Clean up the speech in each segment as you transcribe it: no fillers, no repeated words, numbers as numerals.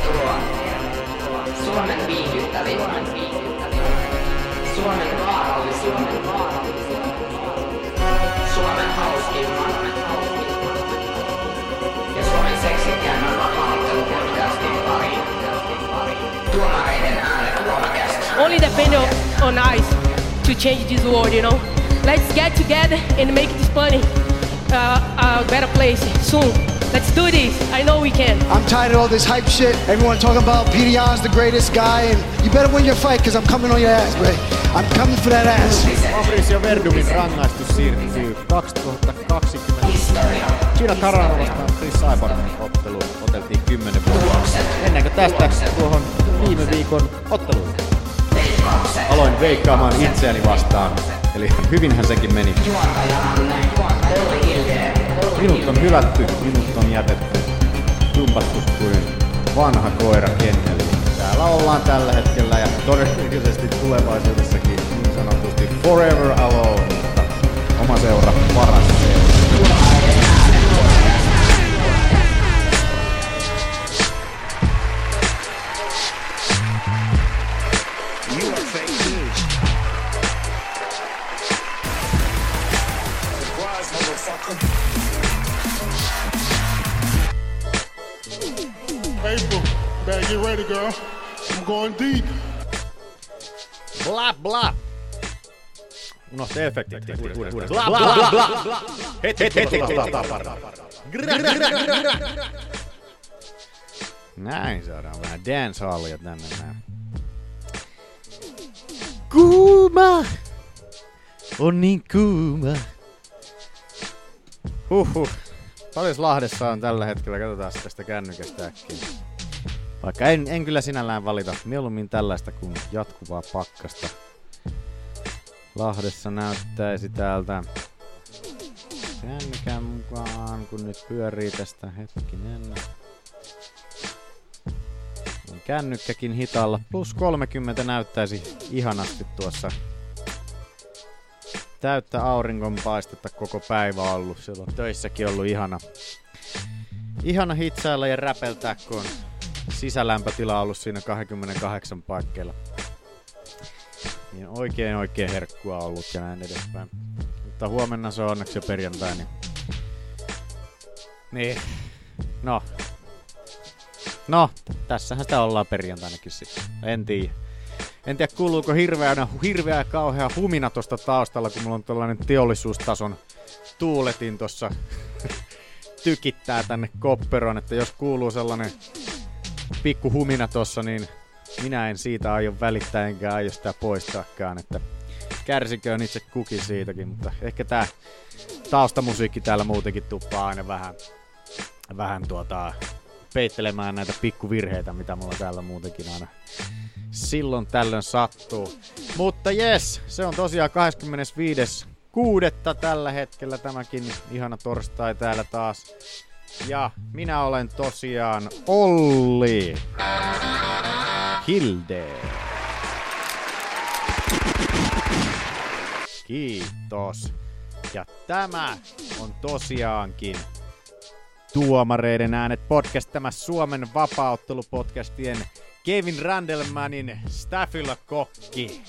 Tervetuloa Suomen viihdyttävin, Suomen vaarallisin, Suomen hauskimman ja Suomen seksikkäämmän vapaa-ottelupodcastin pariin. Tuomareiden äänet podcast. Only depend on us to change this world, you know. Let's get together and make this planet a better place soon. Let's do this. I know we can. I'm tired of all this hype shit. Everyone talking about Petr Yan's the greatest guy, and you better win your fight, because I'm coming on your ass, bro. I'm coming for that ass. Fabricio Verdumin rangaistus siirtyy 2020. Gina Carano vastaan Chris Cyborgin ottelu oteltiin 10 vuotta. Mennäänkö tästä tuohon viime viikon otteluun? Aloin veikkaamaan itseäni vastaan, eli hyvinhän sekin meni. Minut on hylätty, minut on jätetty, dumpattu kuin vanha koira kenneliin. Täällä ollaan tällä hetkellä ja todennäköisesti tulevaisuudessakin niin sanotusti forever alone, mutta oma seura paras seura. April, better get ready, girl. I'm going deep. Bla bla. Unohti efektit. Bla bla bla. Heti. Näin saadaan vähän dancehallia tänne näin. Kuuma. On niin kuuma. Huhhuh. Paljon Lahdessa on tällä hetkellä, katsotaan tästä kännykästä äkkiä. Vaikka en kyllä sinällään valita, mieluummin tällaista kuin jatkuvaa pakkasta. Lahdessa näyttäisi täältä kännykän mukaan, kun nyt pyörii tästä hetkinen. On kännykkäkin hitaalla, plus 30 näyttäisi ihanasti tuossa. Täyttä auringonpaistetta koko päivä ollut. Siellä on töissäkin ollut ihana hitsailla ja räpeltää, kun on sisälämpötila ollut siinä 28 paikkeilla. Niin oikein herkkua ollut ja näin edespäin. Mutta huomenna se on onneksi jo perjantai, niin. No, tässähän sitä ollaan perjantainakin sitten. En tiedä kuuluuko hirveä kauhea humina tosta taustalla, kun mulla on tällainen teollisuustason tuuletin tossa tykittää tänne kopperoon, että jos kuuluu sellainen pikku humina tossa, niin minä en siitä aio välittää enkä aio sitä poistaakaan, että kärsiköön itse kukin siitäkin, mutta ehkä tää taustamusiikki täällä muutenkin tuppaa aina vähän peittelemään näitä pikkuvirheitä, mitä mulla täällä muutenkin aina silloin tällöin sattuu. Mutta jes, se on tosiaan 25.6. tällä hetkellä tämäkin ihana torstai täällä taas. Ja minä olen tosiaan Olli Hilde. Kiitos. Ja tämä on tosiaankin Tuomareiden äänet podcast, tämä Suomen vapaa-ottelupodcastien Kevin Randlemanin Stafylokokki.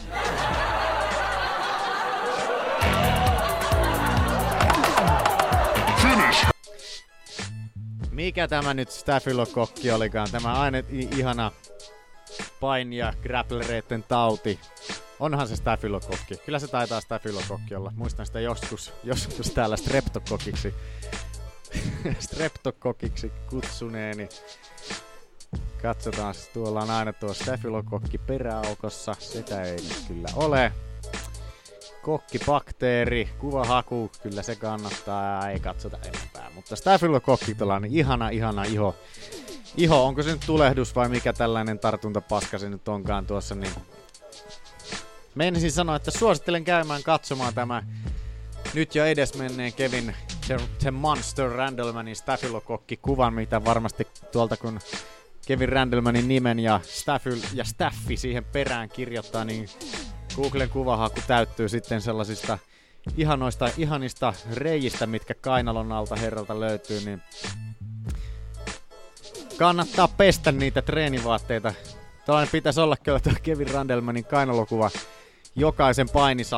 Mikä tämä nyt Stafylokokki olikaan? Tämä aina ihana painija grapplereiden tauti. Onhan se Stafylokokki. Kyllä se taitaa Stafylokokki olla. Muistan sitä joskus täällä streptokokiksi kutsuneeni. Katsotaan, tuolla on aina tuo Stafylokokki peräaukossa. Sitä ei nyt kyllä ole. Kokkibakteeri, kuvahaku, kyllä se kannattaa, ei katsota enempää. Mutta Stafylokokki, tällainen ihana iho, onko se nyt tulehdus vai mikä tällainen tartuntapaska se nyt onkaan tuossa, niin meinasin sanoa, että suosittelen käymään katsomaan tämä nyt jo edesmenneen Kevin The Monster Randlemanin Stafylokokki-kuvan, mitä varmasti tuolta kun Kevin Randlemanin nimen ja Staffi siihen perään kirjoittaa, niin Googlen kuvahaku täyttyy sitten sellaisista ihanista reijistä, mitkä kainalon alta herralta löytyy, niin kannattaa pestä niitä treenivaatteita. Tällainen pitäisi olla kyllä tuo Kevin Randlemanin kainalokuva jokaisen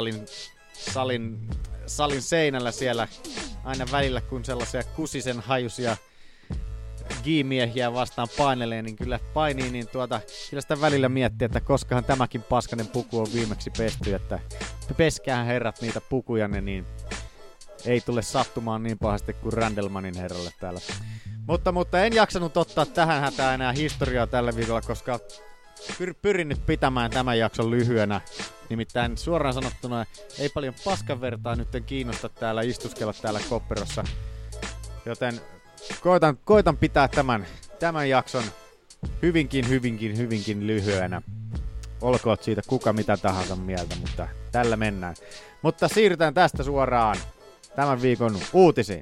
salin seinällä siellä aina välillä, kun sellaisia kusisen hajusia G-miehiä vastaan painelee, niin kyllä painii, niin kyllä sitä välillä miettii, että koskahan tämäkin paskanen puku on viimeksi pesty, että peskään herrat niitä pukujanne, niin ei tule sattumaan niin pahasti kuin Randlemanin herralle täällä. Mutta en jaksanut ottaa tähän hätään enää historiaa tällä viikolla, koska pyrin nyt pitämään tämän jakson lyhyenä. Nimittäin suoraan sanottuna ei paljon paskan vertaa nyt kiinnosta täällä istuskella täällä Kopperossa. Joten koitan pitää tämän jakson hyvinkin lyhyenä. Olkoot siitä kuka mitä tahansa mieltä, mutta tällä mennään. Mutta siirrytään tästä suoraan tämän viikon uutisiin.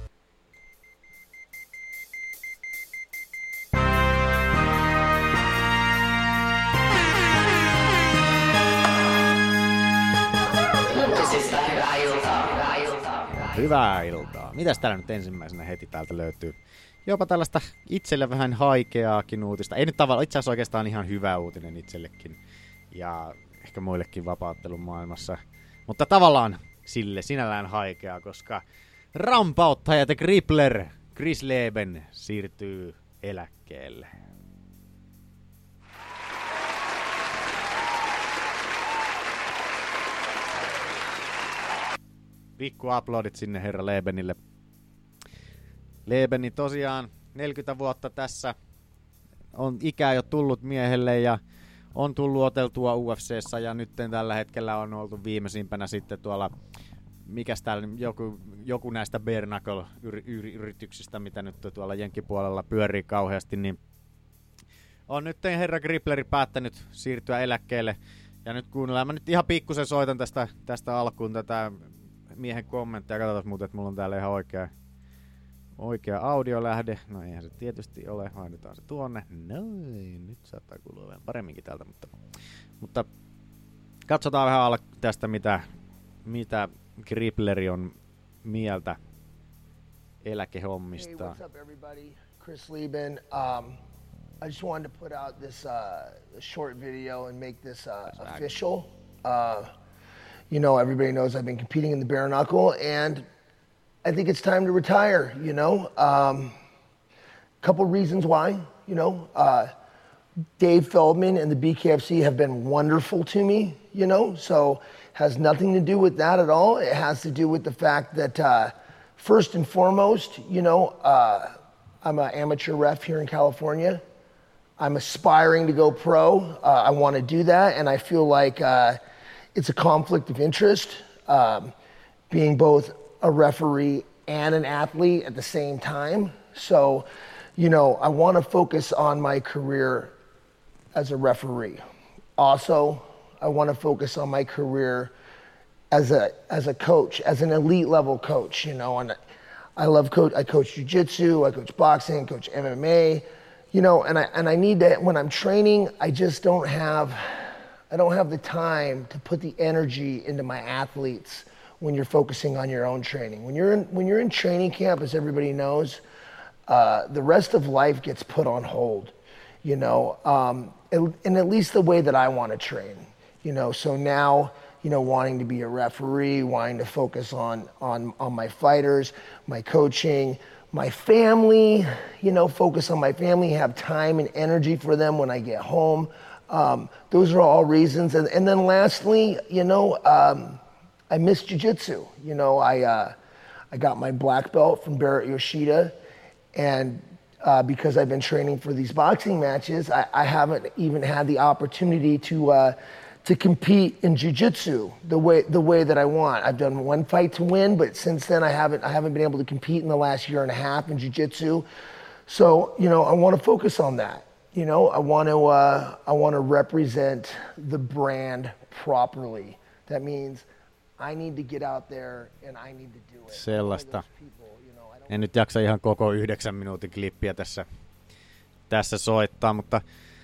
Hyvää iltaa. Mitäs täällä nyt ensimmäisenä heti täältä löytyy? Jopa tällaista itselle vähän haikeaakin uutista. Ei nyt tavallaan, itse asiassa oikeastaan ihan hyvä uutinen itsellekin. Ja ehkä muillekin vapauttelun maailmassa. Mutta tavallaan sille sinällään haikeaa, koska rampauttaja The Crippler Chris Leben siirtyy eläkkeelle. Pikku uploadit sinne herra Lebenille. Lebeni tosiaan 40 vuotta tässä on ikää jo tullut miehelle ja on tullut oteltua UFC:ssä ja nyt tällä hetkellä on oltu viimeisimpänä sitten tuolla, mikäs täällä, joku näistä bare knuckle-yrityksistä, mitä nyt tuolla jenkkipuolella pyörii kauheasti, niin on nyt herra Crippleri päättänyt siirtyä eläkkeelle. Ja nyt kuunnellaan, mä nyt ihan pikkusen soitan tästä alkuun tätä miehen kommenttia. Katsotaan muuten, että mulla on täällä ihan oikea audiolähde. No eihän se tietysti ole, vaihdetaan se tuonne. Noin, nyt saattaa kuulua vähän paremminkin täältä. Mutta katsotaan vähän tästä, mitä Crippleri on mieltä eläkehommista. Hey, what's up everybody? Chris Leben. I just wanted to put out this short video and make this official. You know, everybody knows I've been competing in the bare knuckle, and I think it's time to retire, you know. Couple reasons why, you know. Dave Feldman and the BKFC have been wonderful to me, you know, so has nothing to do with that at all. It has to do with the fact that, first and foremost, you know, I'm an amateur ref here in California. I'm aspiring to go pro. I want to do that, and I feel like it's a conflict of interest, being both a referee and an athlete at the same time. So, you know, I want to focus on my career as a referee. Also, I want to focus on my career as a coach, as an elite level coach, you know, and I coach jiu-jitsu, I coach boxing, coach MMA, you know, and I need to, when I'm training, I don't have the time to put the energy into my athletes when you're focusing on your own training. When you're in training camp, as everybody knows, the rest of life gets put on hold, you know, and at least the way that I want to train, you know. So now, you know, wanting to be a referee, wanting to focus on my fighters, my coaching, my family, you know, focus on my family, have time and energy for them when I get home. Those are all reasons. And then lastly, you know, I miss jiu-jitsu. You know, I got my black belt from Barrett Yoshida, and because I've been training for these boxing matches, I haven't even had the opportunity to compete in jiu-jitsu the way that I want. I've done one fight to win, but since then I haven't been able to compete in the last year and a half in jiu-jitsu. So, you know, I want to focus on that. You know, I want to represent the brand properly. That means I need to get out there and I need to do it. Sellaista. En nyt jaksa ihan koko 9 minuutin klippiä tässä soittaa, mutta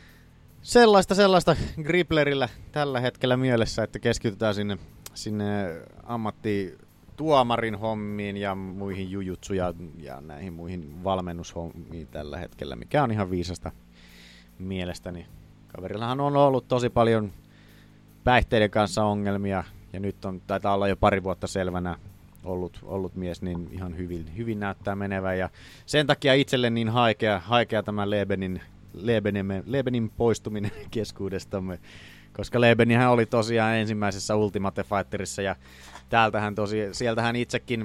sellaista Cripplerillä tällä hetkellä mielessä, että keskitytään sinne tuomarin hommiin ja muihin jujutsu ja näihin muihin valmennushommiin tällä hetkellä, mikä on ihan viisasta mielestäni. Kaverillahan on ollut tosi paljon päihteiden kanssa ongelmia ja nyt taitaa olla jo 2 vuotta selvänä ollut mies, niin ihan hyvin näyttää menevän ja sen takia itselle niin haikea tämä Lebenin poistuminen keskuudestamme, koska Lebenihän oli tosiaan ensimmäisessä Ultimate Fighterissa ja sieltähän itsekin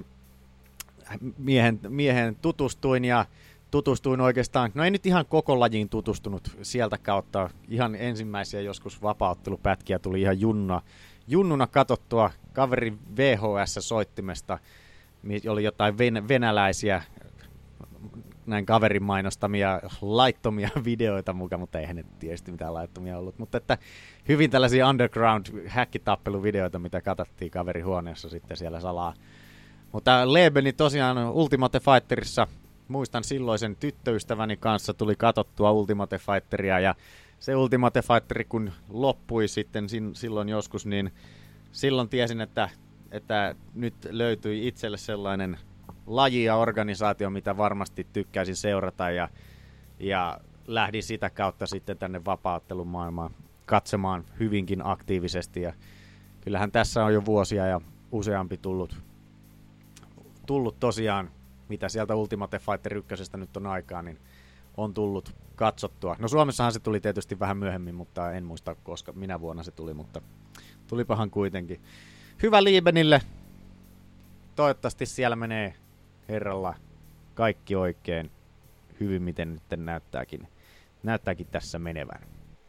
miehen tutustuin oikeastaan, no ei nyt ihan koko lajiin tutustunut sieltä kautta, ihan ensimmäisiä joskus vapauttelupätkiä tuli ihan junnuna katsottua kaverin VHS-soittimesta, oli jotain venäläisiä näin kaverin mainostamia laittomia videoita mukaan, mutta eihän ne tietysti mitään laittomia ollut, mutta että hyvin tällaisia underground-häkkitappeluvideoita, mitä katsottiin kaverin huoneessa sitten siellä salaa. Mutta Lebeni tosiaan Ultimate Fighterissa, muistan silloisen tyttöystäväni kanssa tuli katsottua Ultimate Fighteria ja se Ultimate Fighteri kun loppui sitten silloin joskus, niin silloin tiesin, että nyt löytyi itselle sellainen laji ja organisaatio, mitä varmasti tykkäisin seurata ja lähdin sitä kautta sitten tänne vapaa-ottelun maailmaan katsomaan hyvinkin aktiivisesti ja kyllähän tässä on jo vuosia ja useampi tullut tosiaan, mitä sieltä Ultimate Fighter 1 nyt on aikaa, niin on tullut katsottua. No Suomessahan se tuli tietysti vähän myöhemmin, mutta en muista koska minä vuonna se tuli, mutta tulipahan kuitenkin. Hyvä Liebenille. Toivottavasti siellä menee herralla kaikki oikein hyvin, miten nyt näyttääkin tässä menevän.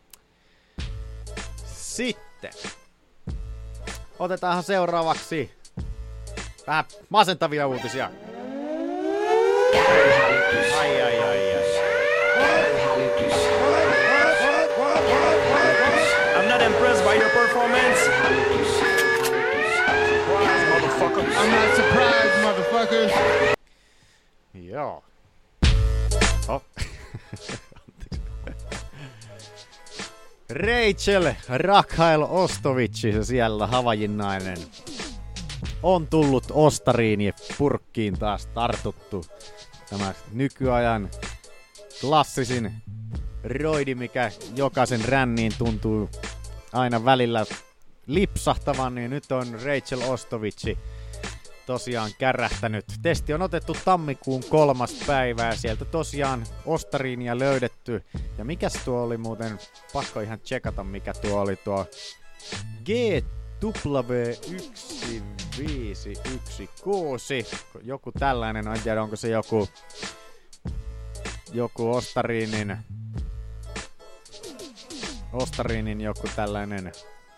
Sitten otetaanhan seuraavaksi vähän masentavia uutisia. Ai. I'm not impressed by your performance. I'm not surprised, motherfuckers. Joo. Oh. Rachel Rakhail Ostovich, siellä Havajin nainen, on tullut ostariin ja purkkiin taas tartuttu. Tämä nykyajan klassisin roidi, mikä jokaisen ränniin tuntuu aina välillä lipsahtavan, niin nyt on Rachel Ostovich tosiaan kärähtänyt. Testi on otettu tammikuun 3. päivä ja sieltä tosiaan ostariinia löydetty. Ja mikäs tuo oli muuten, pakko ihan tsekata mikä tuo oli tuo GW1516. Joku tällainen, en tiedä onko se joku ostariinin joku tällainen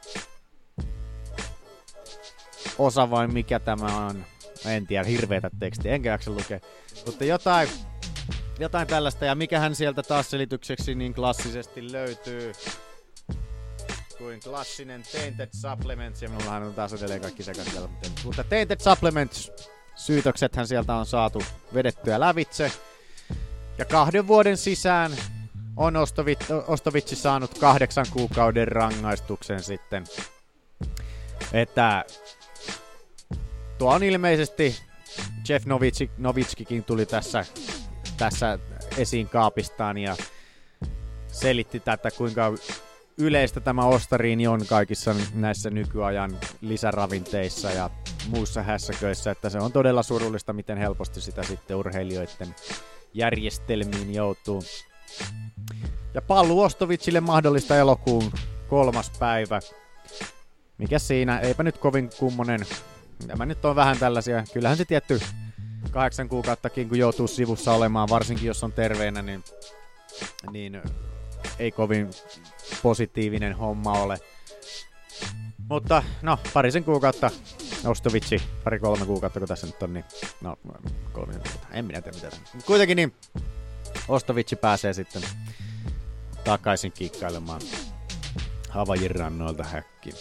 osa vai mikä tämä on. En tiedä, hirveetä tekstiä, enkä jaksa lukea. Mutta jotain tällaista, ja mikähän sieltä taas selitykseksi niin klassisesti löytyy kuin klassinen Tainted Supplements, ja minullahan on taas edelleen kaikki sekaisin täällä, mutta Tainted Supplements syytöksethän sieltä on saatu vedettyä lävitse, ja 2 vuoden sisään on Ostovich saanut 8 kuukauden rangaistuksen sitten, että tuo on ilmeisesti, Jeff Novitskikin tuli tässä esiin kaapistaan ja selitti tätä, kuinka yleistä tämä ostariini on kaikissa näissä nykyajan lisäravinteissa ja muussa hässäköissä, että se on todella surullista, miten helposti sitä sitten urheilijoiden järjestelmiin joutuu. Ja paluu Ostovichille mahdollista elokuun 3. päivä. Mikä siinä? Eipä nyt kovin kummonen. Tämä nyt on vähän tällaisia. Kyllähän se tietty 8 kuukauttakin, kun joutuu sivussa olemaan, varsinkin jos on terveenä, niin ei kovin positiivinen homma ole. Mutta no, 2 kuukautta Ostovich, 2-3 kuukautta kun tässä nyt on, niin no 3 kuukautta, en minä tiedä mitä. Mutta kuitenkin niin Ostovich pääsee sitten takaisin kikkailemaan Havajin rannoilta häkkiin.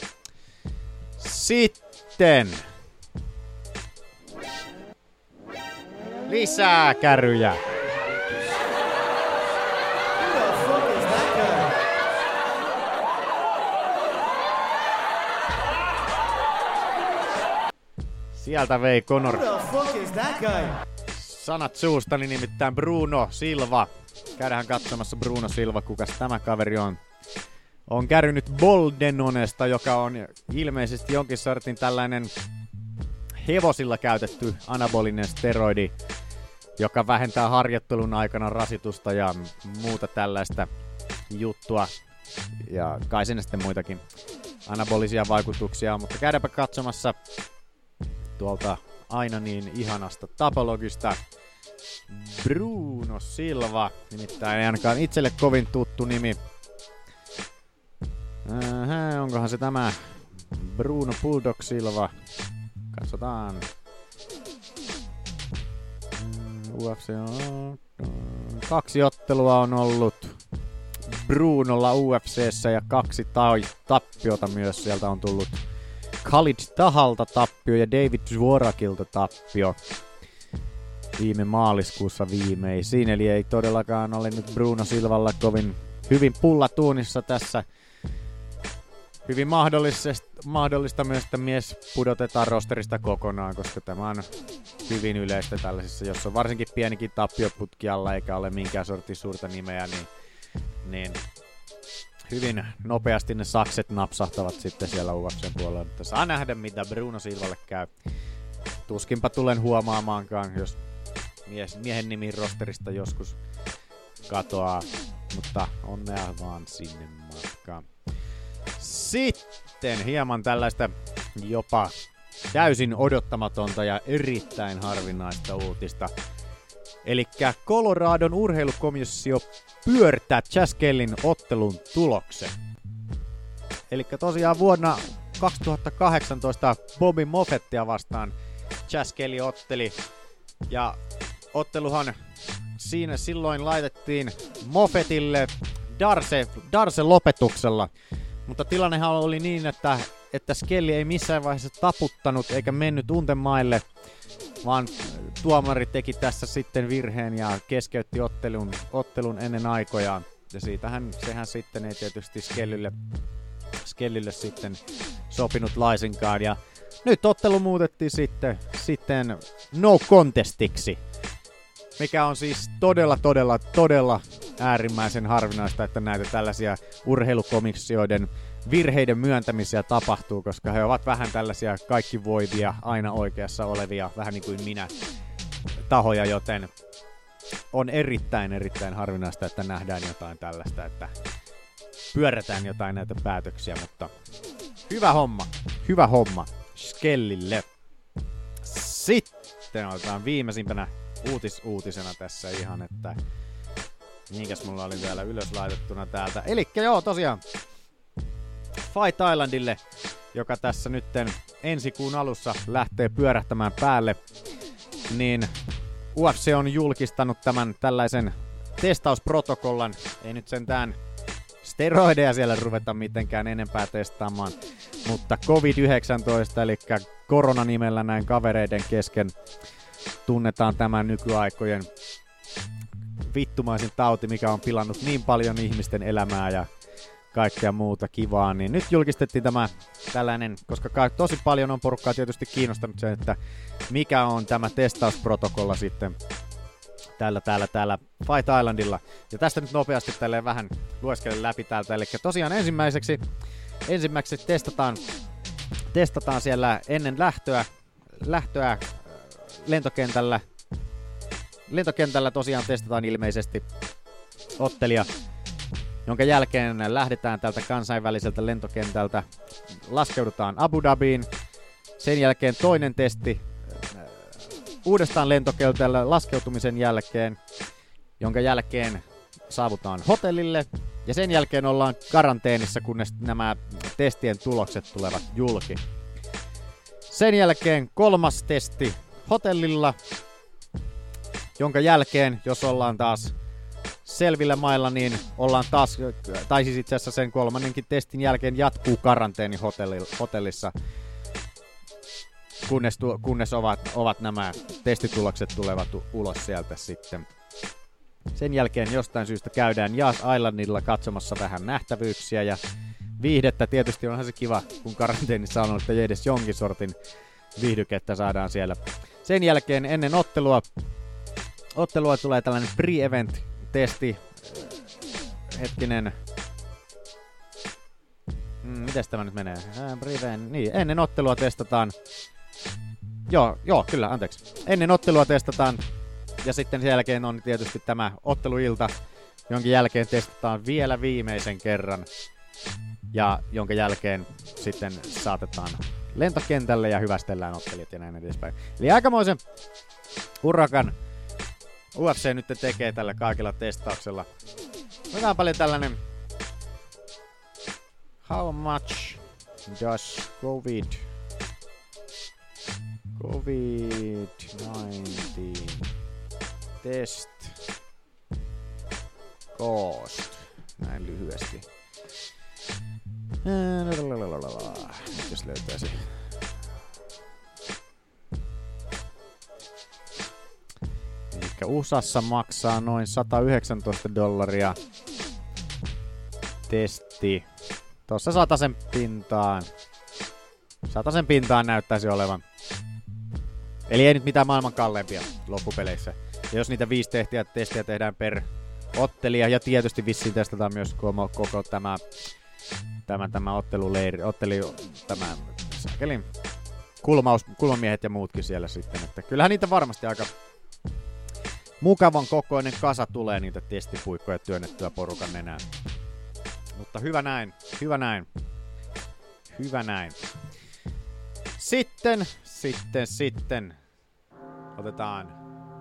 Sitten lisää käryjä. Sieltä vei Conor. Sanat suustani, nimittäin Bruno Silva. Käydään katsomassa Bruno Silva, kukas tämä kaveri on. On kärrynyt Boldenonesta, joka on ilmeisesti jonkin sortin tällainen hevosilla käytetty anabolinen steroidi, joka vähentää harjoittelun aikana rasitusta ja muuta tällaista juttua. Ja kai sinne sitten muitakin anabolisia vaikutuksia, mutta käydäänpä katsomassa tuolta aina niin ihanasta Tapologista Bruno Silva, nimittäin ei ainakaan itselle kovin tuttu nimi. Onkohan se tämä Bruno Bulldog Silva? Katsotaan. UFC on 2 ottelua on ollut Brunolla UFC:ssä ja 2 tappiota myös. Sieltä on tullut Khalid Tahalta tappio ja David Dvorakilta tappio viime maaliskuussa viimeisiin. Eli ei todellakaan ole nyt Bruno Silvalla kovin hyvin pullatuunissa tässä. Hyvin mahdollista myös, että mies pudotetaan rosterista kokonaan, koska tämä on hyvin yleistä tällaisissa, jos on varsinkin pienikin tappioputki alla eikä ole minkään sortin suurta nimeä, niin hyvin nopeasti ne sakset napsahtavat sitten siellä UFC:n puolella. Mutta saa nähdä, mitä Bruno Silvalle käy. Tuskinpa tulen huomaamaankaan, jos miehen nimi rosterista joskus katoaa, mutta onnea vaan sinne matkaan. Sitten hieman tällaista jopa täysin odottamatonta ja erittäin harvinaista uutista. Elikkä Coloradon urheilukomissio pyörtää Chas Kellyn ottelun tuloksen. Elikkä tosiaan vuonna 2018 Bobby Moffettia vastaan Chas Kelly otteli. Ja otteluhan siinä silloin laitettiin Moffetille Darce lopetuksella. Mutta tilannehan oli niin, että Skelly ei missään vaiheessa taputtanut eikä mennyt untemaille, vaan tuomari teki tässä sitten virheen ja keskeytti ottelun ennen aikojaan. Ja sehän sitten ei tietysti Skellylle sitten sopinut laisinkaan. Ja nyt ottelu muutettiin sitten no contestiksi, mikä on siis todella äärimmäisen harvinaista, että näitä tällaisia urheilukomissioiden virheiden myöntämisiä tapahtuu, koska he ovat vähän tällaisia kaikki voivia, aina oikeassa olevia, vähän niin kuin minä, tahoja, joten on erittäin harvinaista, että nähdään jotain tällaista, että pyörätään jotain näitä päätöksiä, mutta hyvä homma Skellille. Sitten otetaan viimeisimpänä uutisena tässä ihan, että minkäs mulla oli vielä ylös laitettuna täältä. Elikkä joo, tosiaan Fight Islandille, joka tässä nytten ensi kuun alussa lähtee pyörähtämään päälle, niin UFC on julkistanut tämän tällaisen testausprotokollan. Ei nyt sentään steroideja siellä ruveta mitenkään enempää testaamaan, mutta COVID-19, eli koronanimellä näin kavereiden kesken tunnetaan tämän nykyaikojen vittumaisin tauti, mikä on pilannut niin paljon ihmisten elämää ja kaikkea muuta kivaa, niin nyt julkistettiin tämä tällainen, koska tosi paljon on porukkaa tietysti kiinnostanut se, että mikä on tämä testausprotokolla sitten täällä Fight Islandilla. Ja tästä nyt nopeasti tälleen vähän lueskelen läpi täältä, eli tosiaan ensimmäiseksi testataan siellä ennen lähtöä lentokentällä tosiaan testataan ilmeisesti ottelija, jonka jälkeen lähdetään tältä kansainväliseltä lentokentältä, laskeudutaan Abu Dhabiin, sen jälkeen toinen testi uudestaan lentokentällä laskeutumisen jälkeen, jonka jälkeen saavutaan hotellille ja sen jälkeen ollaan karanteenissa, kunnes nämä testien tulokset tulevat julki. Sen jälkeen kolmas testi hotellilla, jonka jälkeen, jos ollaan taas selvillä mailla, niin ollaan taas, tai siis itse asiassa sen kolmannenkin testin jälkeen jatkuu karanteeni hotellissa, kunnes ovat nämä testitulokset tulevat ulos sieltä sitten. Sen jälkeen jostain syystä käydään Yas Islandilla katsomassa vähän nähtävyyksiä ja viihdettä. Tietysti onhan se kiva, kun karanteenissa on ollut edes jonkin sortin viihdykettä saadaan siellä. Sen jälkeen ennen ottelua tulee tällainen pre-event-testi. Hetkinen. Mites tämä nyt menee? Niin, ennen ottelua testataan. Joo, kyllä, anteeksi. Ennen ottelua testataan. Ja sitten sen jälkeen on tietysti tämä otteluilta, jonka jälkeen testataan vielä viimeisen kerran. Ja jonka jälkeen sitten saatetaan lentokentälle ja hyvästellään ottelijat ja näin edespäin. Eli aikamoisen urakan UFC nyt tekee tällä kaikilla testauksella. Otetaan paljon tällainen how much does COVID-19 test cost? Näin lyhyesti. Jos löytäisi. Elikkä USAssa maksaa noin $119 testi. Tossa 100 pintaan. 100 pintaan näyttäisi olevan. Eli ei nyt mitään maailman kalleimpia loppupeleissä. Ja jos niitä 5 testiä tehdään per ottelija, ja tietysti vissiin testataan myös koko tämä otteluleiri, tämä sakelin kulmamiehet ja muutkin siellä sitten. Että kyllähän niitä varmasti aika mukavan kokoinen kasa tulee niitä testipuikkoja työnnettyä porukan nenään. Mutta hyvä näin. Sitten otetaan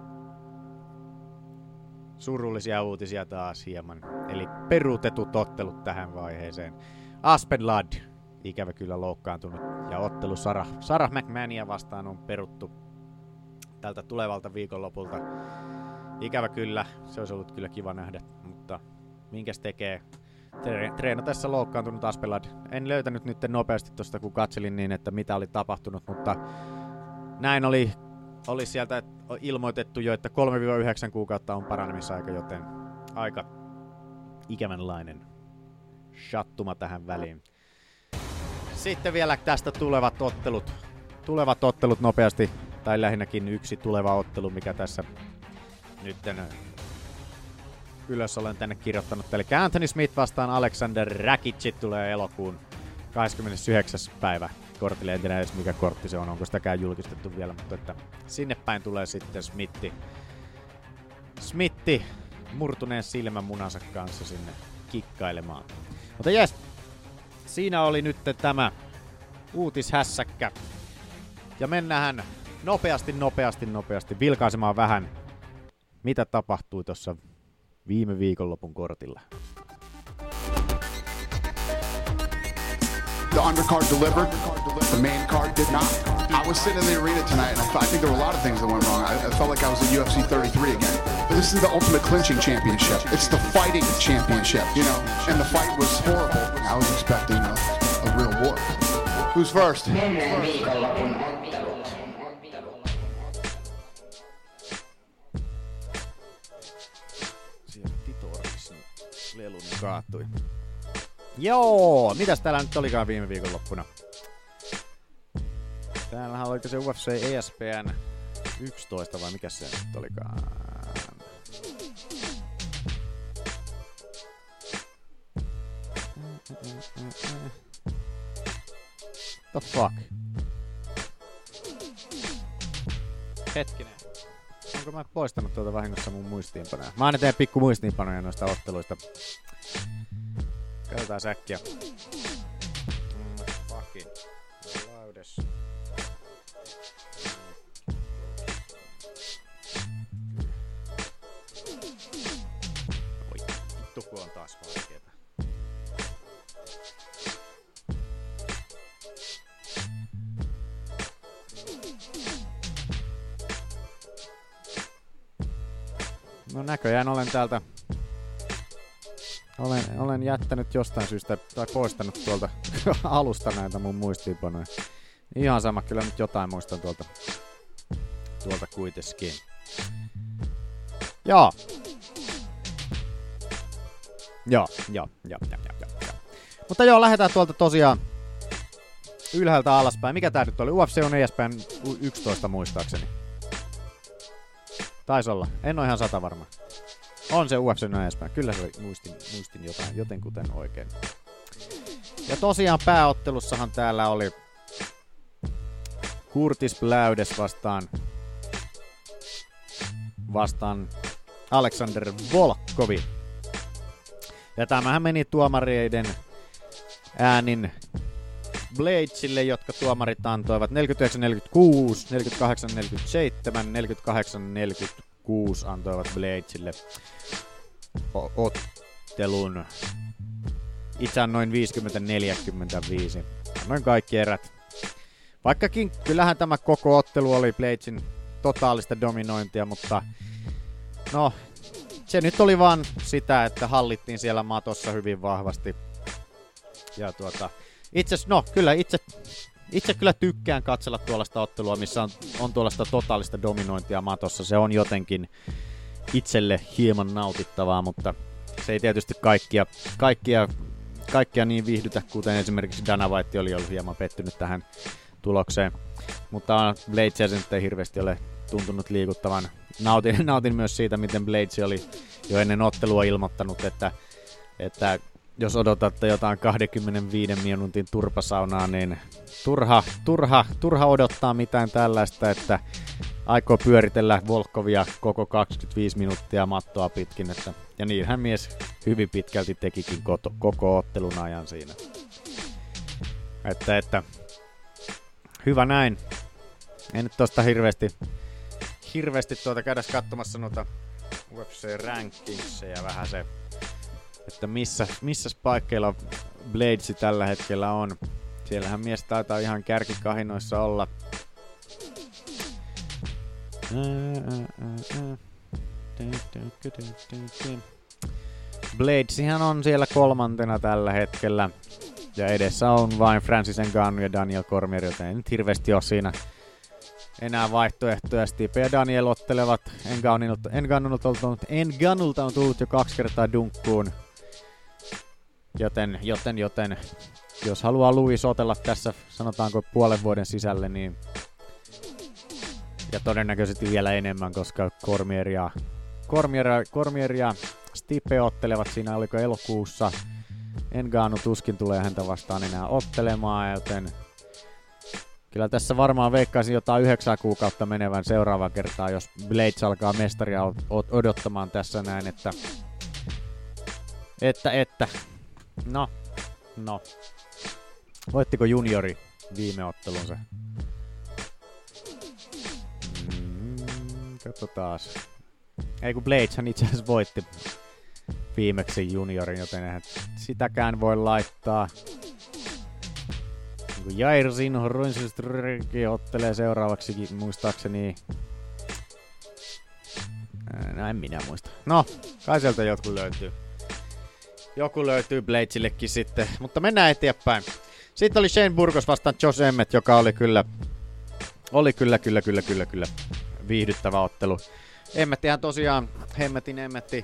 surullisia uutisia taas hieman. Eli peruutetut ottelut tähän vaiheeseen. Aspen Ladd, ikävä kyllä loukkaantunut. Ja ottelu Sarah McMahonia vastaan on peruttu tältä tulevalta viikonlopulta. Ikävä kyllä, se olisi ollut kyllä kiva nähdä, mutta minkäs tekee treenatessa loukkaantunut Aspen Ladd. En löytänyt nyt nopeasti tosta, kun katselin niin, että mitä oli tapahtunut, mutta näin oli sieltä ilmoitettu jo, että 3-9 kuukautta on paranemisaika, joten aika ikävänlainen shattuma tähän väliin. Sitten vielä tästä tulevat ottelut nopeasti, tai lähinnäkin yksi tuleva ottelu, mikä tässä nytten ylös olen tänne kirjoittanut. Eli Anthony Smith vastaan Alexander Rakicic tulee elokuun 29. päivä kortille. En tiedä edes mikä kortti se on, onko sitäkään julkistettu vielä, mutta että sinne päin tulee sitten Smitti murtuneen silmämunansa kanssa sinne kikkailemaan. Mutta jes, siinä oli nyt tämä uutishässäkkä. Ja mennään nopeasti vilkaisemaan vähän, mitä tapahtui tuossa viime viikonlopun kortilla. The undercard delivered, the main card did not. I was sitting in the arena tonight and I think there were a lot of things that went wrong. I felt like I was at UFC 33 again. But this is the ultimate clinching championship. It's the fighting championship, you know, and the fight was horrible. I was expecting a real war. Who's first? Menneen viikonlopun ottelut. Siellä Titorissa lelun kaatui. Joo, mitäs täällä nyt olikaan viime viikonloppuna? Täällähän oliko se UFC ESPN 11 vai mikä se nyt olikaan? The fuck? Hetkinen. Onko mä poistanut tuolta vahingossa mun muistiinpanoja? Mä aina teen pikku muistiinpanoja noista otteluista. Katsotaan säkkiä. Fucking. Laudes. Oi, vittu kun on taas vaikeeta. No näköjään olen täältä Olen jättänyt jostain syystä tai poistanut tuolta alusta näitä mun muistiinpanoja. Ihan sama, kyllä nyt jotain muistan tuolta kuitenkin. Joo. Mutta joo, lähdetään tuolta tosiaan ylhäältä alaspäin. Mikä tää nyt oli? UFC on ESPN 11 muistaakseni. Taisi olla. En ole ihan 100 varma. On se UFC on ESPN. Kyllä se oli. Muistin jotenkuten oikein. Ja tosiaan pääottelussahan täällä oli Curtis Blaydes vastaan Alexander Volkovi. Ja tämähän meni tuomareiden äänin Bladesille, jotka tuomarit antoivat 49-46, 48-47, 48-46 antoivat Bladesille ottelun. Itse annoin 50-45. Annoin kaikki erät. Vaikkakin kyllähän tämä koko ottelu oli Bladesin totaalista dominointia, mutta no, se nyt oli vaan sitä, että hallittiin siellä matossa hyvin vahvasti. Ja itse kyllä tykkään katsella tuollaista ottelua, missä on tuollaista totaalista dominointia matossa. Se on jotenkin itselle hieman nautittavaa, mutta se ei tietysti kaikkia niin viihdytä, kuten esimerkiksi Dana White oli ollut hieman pettynyt tähän tulokseen. Mutta Bladesia nyt ei hirveästi ole tuntunut liikuttavan. Nautin myös siitä, miten Blaydes oli jo ennen ottelua ilmoittanut, että jos odotatte jotain 25 minuutin turpasaunaa, niin turha odottaa mitään tällaista, että aikoo pyöritellä Volkovia koko 25 minuuttia mattoa pitkin. Ja niinhän mies hyvin pitkälti tekikin koko ottelun ajan siinä. Että hyvä näin. En nyt tosta hirveästi käydä katsomassa noita UFC-rankingseja vähän se, että missä paikkeilla Bladesi tällä hetkellä on. Siellähän mies taitaa ihan kärkikahinoissa olla. Bladesihan on siellä 3. tällä hetkellä. Ja edessä on vain Francis Ngannou ja Daniel Cormier, joten ei nyt hirveästi ole siinä enää vaihtoehtoja. Stipe ja Daniel ottelevat. Ngannulta on tullut jo 2 kertaa dunkkuun. Joten jos haluaa Louis otella tässä, sanotaanko puolen vuoden sisälle, niin ja todennäköisesti vielä enemmän, koska Cormier ja Stipe ottelevat siinä, oliko elokuussa. Ngannou tuskin tulee häntä vastaan enää ottelemaan, joten kyllä tässä varmaan veikkaisin jotain 9 kuukautta menevän seuraava kertaa, jos Blaydes alkaa mestaria odottamaan tässä näin, että no. Voittiko juniori viime ottelunsa? Katsotaas. Ei kun Bladeshan itse asiassa voitti viimeksi juniorin, joten eihän sitäkään voi laittaa. Jair Zinho-Roinströki ottelee seuraavaksi muistaakseni. En minä muista. No, kai sieltä joku löytyy Bladesillekin sitten, mutta mennään eteenpäin. Sitten oli Shane Burgos vastaan Josh Emmett, joka oli kyllä viihdyttävä ottelu. Emmettihän tosiaan, Emmetti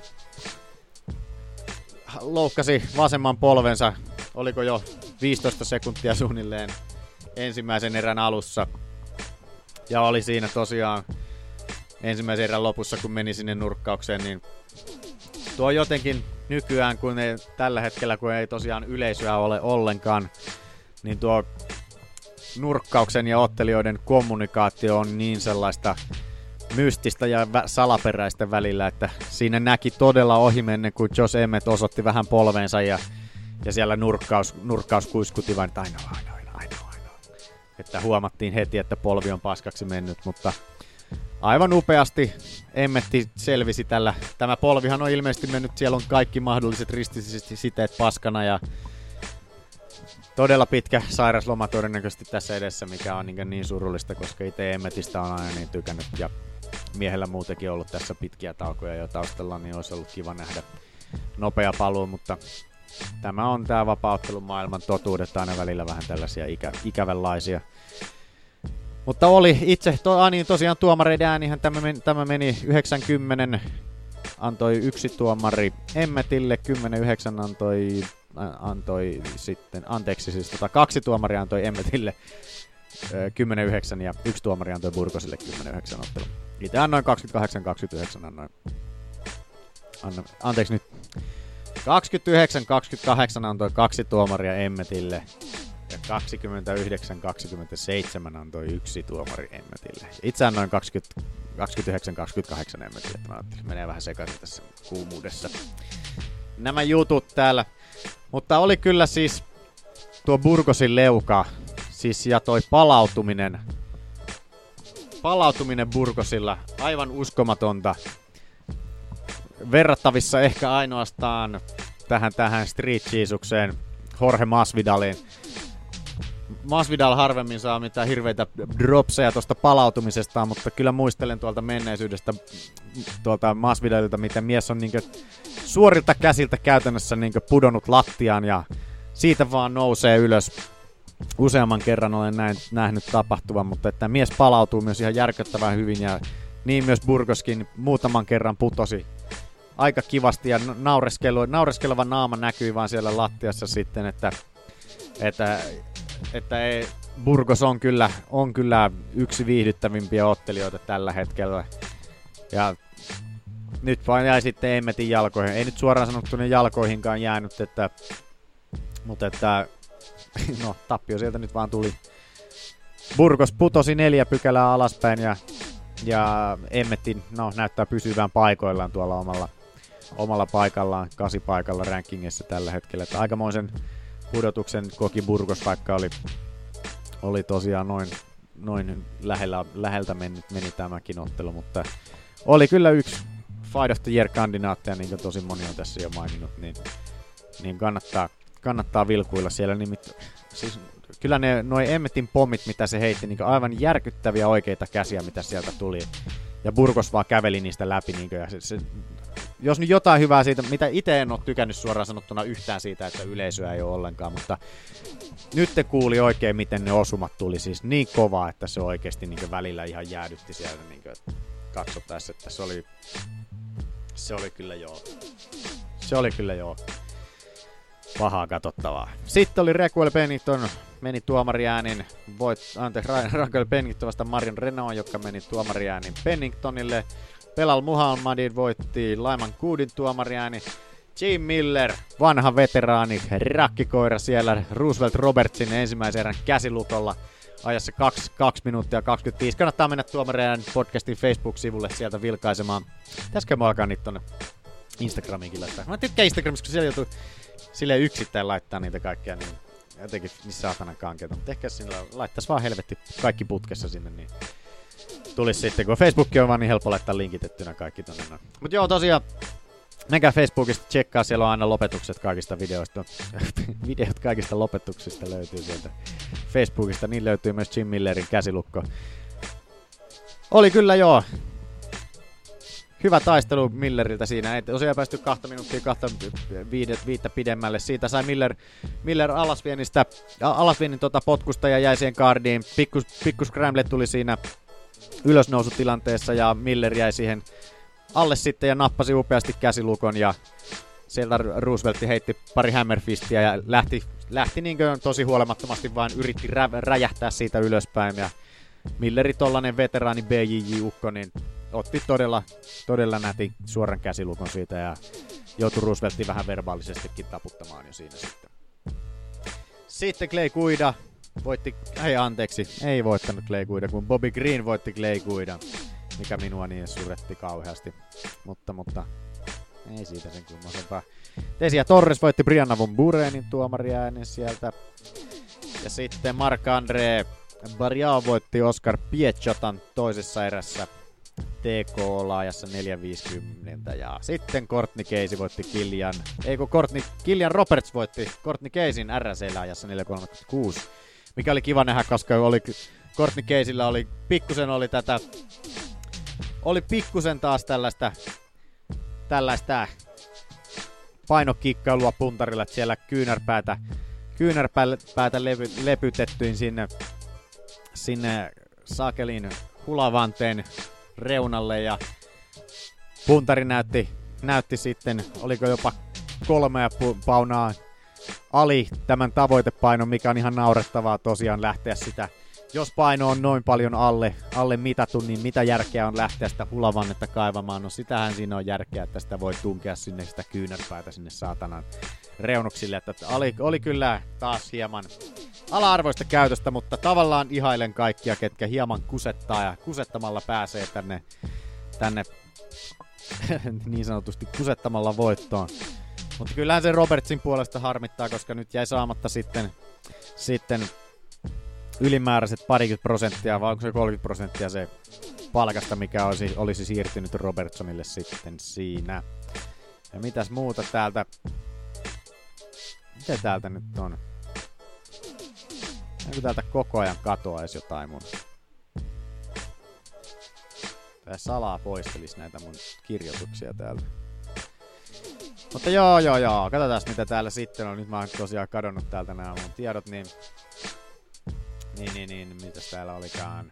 loukkasi vasemman polvensa, oliko jo 15 sekuntia suunnilleen ensimmäisen erän alussa. Ja oli siinä tosiaan ensimmäisen erän lopussa, kun meni sinne nurkkaukseen, niin tuo jotenkin nykyään, kun ei, tällä hetkellä, kun ei tosiaan yleisöä ole ollenkaan, niin tuo nurkkauksen ja ottelijoiden kommunikaatio on niin sellaista mystistä ja salaperäistä välillä, että siinä näki todella ohimennen, kun Josh Emmett osoitti vähän polveensa ja siellä nurkkaus kuiskutti vain, että ainoa. Että huomattiin heti, että polvi on paskaksi mennyt, mutta aivan upeasti Emmetti selvisi tällä. Tämä polvihan on ilmeisesti mennyt, siellä on kaikki mahdolliset ristisiteet paskana ja todella pitkä sairasloma todennäköisesti tässä edessä, mikä on niin surullista, koska itse Emmetistä on aina niin tykännyt ja miehellä muutenkin ollut tässä pitkiä taukoja jo taustalla, niin olisi ollut kiva nähdä nopea paluu, mutta tämä on tää vapaa-ottelun maailman totuudet, aina välillä vähän tällaisia ikävänlaisia. Mutta oli itse, tosiaan tuomareiden äänihän tämä meni 90, antoi yksi tuomari Emmetille, 10-9 antoi antoi sitten, anteeksi siis 2 tuomaria antoi Emmetille 10-9 ja 1 tuomari antoi Burgosille 10-9 ottelu. Itse annoin 28-29 anteeksi nyt 29-28 antoi 2 tuomaria Emmetille ja 29-27 antoi 1 tuomari Emmetille. Itse annoin 29-28 Emmetille, että mä ajattelin, menee vähän sekaisin tässä kuumuudessa nämä jutut täällä. Mutta oli kyllä siis tuo Burgosin leuka siis ja toi palautuminen Burgosilla aivan uskomatonta. Verrattavissa ehkä ainoastaan tähän Street Jesukseen, Jorge Masvidaliin. Masvidal harvemmin saa mitään hirveitä dropseja tuosta palautumisestaan, mutta kyllä muistelen tuolta menneisyydestä tuolta Masvidalilta, miten mies on niinkö suorilta käsiltä käytännössä niinkö pudonnut lattiaan ja siitä vaan nousee ylös. Useamman kerran olen nähnyt tapahtuvan, mutta että mies palautuu myös ihan järkyttävän hyvin ja niin myös Burgoskin muutaman kerran putosi aika kivasti ja naureskeleva naama näkyi vaan siellä lattiassa sitten, että Burgos on kyllä yksi viihdyttävimpiä ottelijoita tällä hetkellä. Ja nyt vaan jäi sitten Emmetin jalkoihin. Ei nyt suoraan sanottuna jalkoihinkaan jäänyt, mutta no tappio sieltä nyt vaan tuli. Burgos putosi 4 pykälää alaspäin ja Emmetin näyttää pysyvään paikoillaan tuolla omalla paikallaan, 8 paikalla rankingissa tällä hetkellä. Että aikamoisen pudotuksen koki Burgos, vaikka oli tosiaan noin läheltä meni tämäkin ottelu, mutta oli kyllä yksi Fight of the Year-kandidaatteja, niin kuin tosi moni on tässä jo maininnut, niin kannattaa vilkuilla siellä. Siis kyllä noi Emmetin pommit, mitä se heitti, niin aivan järkyttäviä oikeita käsiä, mitä sieltä tuli. Ja Burgos vaan käveli niistä läpi. Niin ja jos nyt jotain hyvää siitä, mitä itse en ole tykännyt suoraan sanottuna yhtään siitä, että yleisöä ei ole ollenkaan, mutta nyt te kuuli oikein, miten ne osumat tuli. Siis niin kovaa, että se oikeasti niin välillä ihan jäädytti sieltä. Niin katsottaessa, että se oli kyllä joo. Se oli kyllä joo. Pahaa katsottavaa. Sitten oli Raquel Pennington, meni tuomariäänin, Raquel Pennington vasta Marion Renaud, joka meni tuomariäänin Penningtonille. Belal Muhammadin voitti Lyman Goodin tuomariääni. Jim Miller, vanha veteraani, rakkikoira siellä Roosevelt Robertsin ensimmäisen erän käsilukolla ajassa 2 minuuttia 25. Kannattaa mennä tuomariäänin podcastin Facebook-sivulle sieltä vilkaisemaan. Pitäisikö mä alkaa niitä tonne Instagramiinkin laittaa? Mä tykkään Instagramissa, kun siellä joutuu silleen yksittäin laittaa niitä kaikkea, niin jotenkin niissä saatanan kankeita. Mutta ehkä sillä laittaisi vaan helvetti kaikki putkessa sinne, niin tulisi sitten, kun Facebook on vaan niin helppo laittaa linkitettynä kaikki tonne. Mutta joo, tosiaan, menkää Facebookista tsekkaa, siellä on aina lopetukset kaikista videoista. Videot kaikista lopetuksista löytyy sieltä Facebookista, niin löytyy myös Jim Millerin käsilukko. Oli kyllä joo. Hyvä taistelu Milleriltä siinä. Ei tosiaan päästy 2 minuuttia 25 pidemmälle. Siitä sai Miller alasvienin potkusta ja jäi siihen guardiin. Pikku scramble tuli siinä ylösnousutilanteessa ja Miller jäi siihen alle sitten ja nappasi upeasti käsilukon ja sieltä Roosevelt heitti pari hammerfistia ja lähti niinkö tosi huolimattomasti vaan yritti räjähtää siitä ylöspäin ja Milleri tollanen veteraani BJJ-ukko niin otti todella nätin suoran käsilukon siitä ja joutui Rooseveltin vähän verbaalisestikin taputtamaan jo siinä sitten. Sitten Clay Guida voitti, ei voittanut Clay Guida, kun Bobby Green voitti Clay Guidan, mikä minua niin suretti kauheasti, mutta ei siitä sen kummosempaa. Tesia Torres voitti Brianna Von Burenin tuomariäänen sieltä. Ja sitten Marc-André Barriao voitti Oscar Pietchotan toisessa erässä TK-laajassa 4.50 ja sitten Courtney Casey voitti Killian Roberts voitti Courtney Caseyn RSL-ajassa 4.36, mikä oli kiva nähdä, koska Courtney Caseyllä oli pikkusen taas tällaista painokikkailua puntarilla, että siellä kyynärpäätä lepytettyin sinne saakelin hulavanteen reunalle ja puntari näytti sitten, oliko jopa 3 paunaa ali tämän tavoitepainon, mikä on ihan naurettavaa tosiaan lähteä sitä. Jos paino on noin paljon alle mitatun, niin mitä järkeä on lähteä sitä hulavannetta kaivamaan? No sitähän siinä on järkeä, että sitä voi tunkea sinne sitä kyynärpäätä sinne saatanan reunuksille. Että oli kyllä taas hieman ala-arvoista käytöstä, mutta tavallaan ihailen kaikkia, ketkä hieman kusettaa ja kusettamalla pääsee tänne niin sanotusti kusettamalla voittoon. Mutta kyllähän se Robertsin puolesta harmittaa, koska nyt jäi saamatta sitten ylimääräiset 20%, vai onko se 30% se palkasta, mikä olisi siirtynyt Robertsonille sitten siinä. Ja mitäs muuta täältä? Mitä täältä nyt on? Onko täältä koko ajan katoaisi jotain mun? Tää salaa poistelisi näitä mun kirjoituksia täältä. Mutta joo. Katsotaan mitä täällä sitten on. Nyt mä oon tosiaan kadonnut täältä nämä mun tiedot, niin. Mitäs täällä olikaan?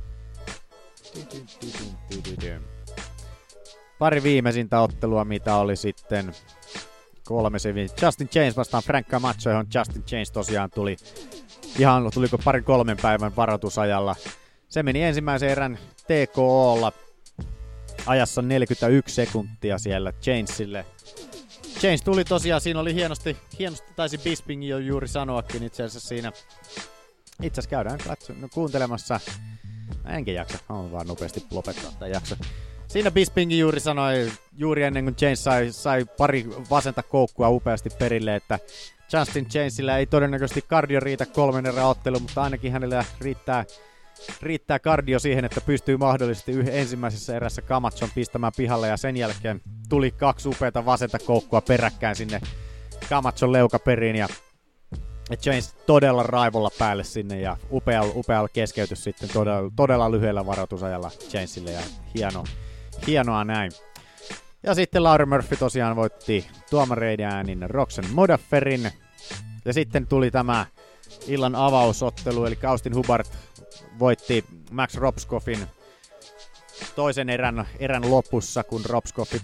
Pari viimeisintä ottelua, mitä oli sitten 3 Justin James vastaan Frank Camacho, johon Justin James tosiaan tuliko 2-3 päivän varoitusajalla. Se meni ensimmäisen erän TKO:lla ajassa 41 sekuntia siellä Jamesille. James tuli tosiaan, siinä oli hienosti taisi Bisping jo juuri sanoakin itse asiassa siinä. Itse asiassa käydään kuuntelemassa. Enkä jaksa, on vaan nopeasti lopettaa tämän jakso. Siinä Bisping juuri sanoi, juuri ennen kuin James sai pari vasenta koukkua upeasti perille, että Justin Jamesillä ei todennäköisesti kardio riitä 3 erän otteluun, mutta ainakin hänellä riittää kardio siihen, että pystyy mahdollisesti ensimmäisessä erässä Camachon pistämään pihalle, ja sen jälkeen tuli 2 upeata vasenta koukkua peräkkäin sinne Camachon leukaperiin, ja James todella raivolla päälle sinne, ja upea keskeytys sitten todella lyhyellä varoitusajalla Jamesille, ja hienoa näin. Ja sitten Laurie Murphy tosiaan voitti tuomareiden äänin Roxanne Modafferin, ja sitten tuli tämä illan avausottelu, eli Austin Hubbard voitti Max Robskoffin toisen erän lopussa, kun Robskoffi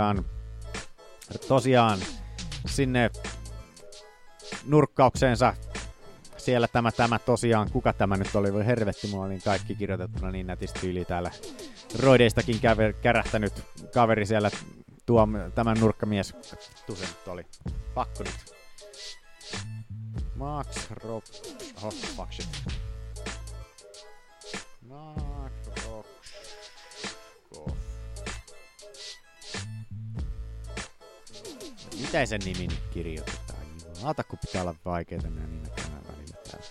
tosiaan sinne nurkkaukseensa siellä tämä tosiaan, kuka tämä nyt oli, voi hervetti, mulla oli kaikki kirjoitettuna niin nätisti yli täällä roideistakin kärähtänyt kaveri siellä, tämän nurkkamies, vittu se nyt oli, pakko nyt. Max fuck shit. Max Robskoff. Mitä sen nimi nyt kirjoitetaan? Jumalauta, kun pitää olla vaikeita nämä nimet tänään välillä täällä.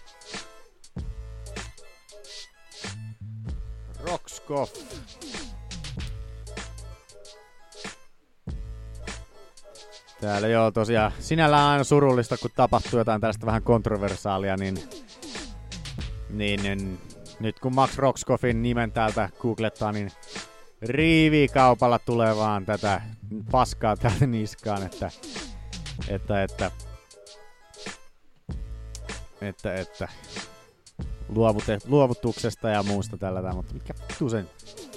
Robskoff. Täällä joo tosiaan sinällään aina surullista, kun tapahtuu jotain tällaista vähän kontroversaalia, niin nyt kun Max Robskoffin nimen täältä googlettaa, niin riivikaupalla tulee vaan tätä paskaa täältä niskaan, että luovutuksesta ja muusta tällä, mutta mikä vittu sen?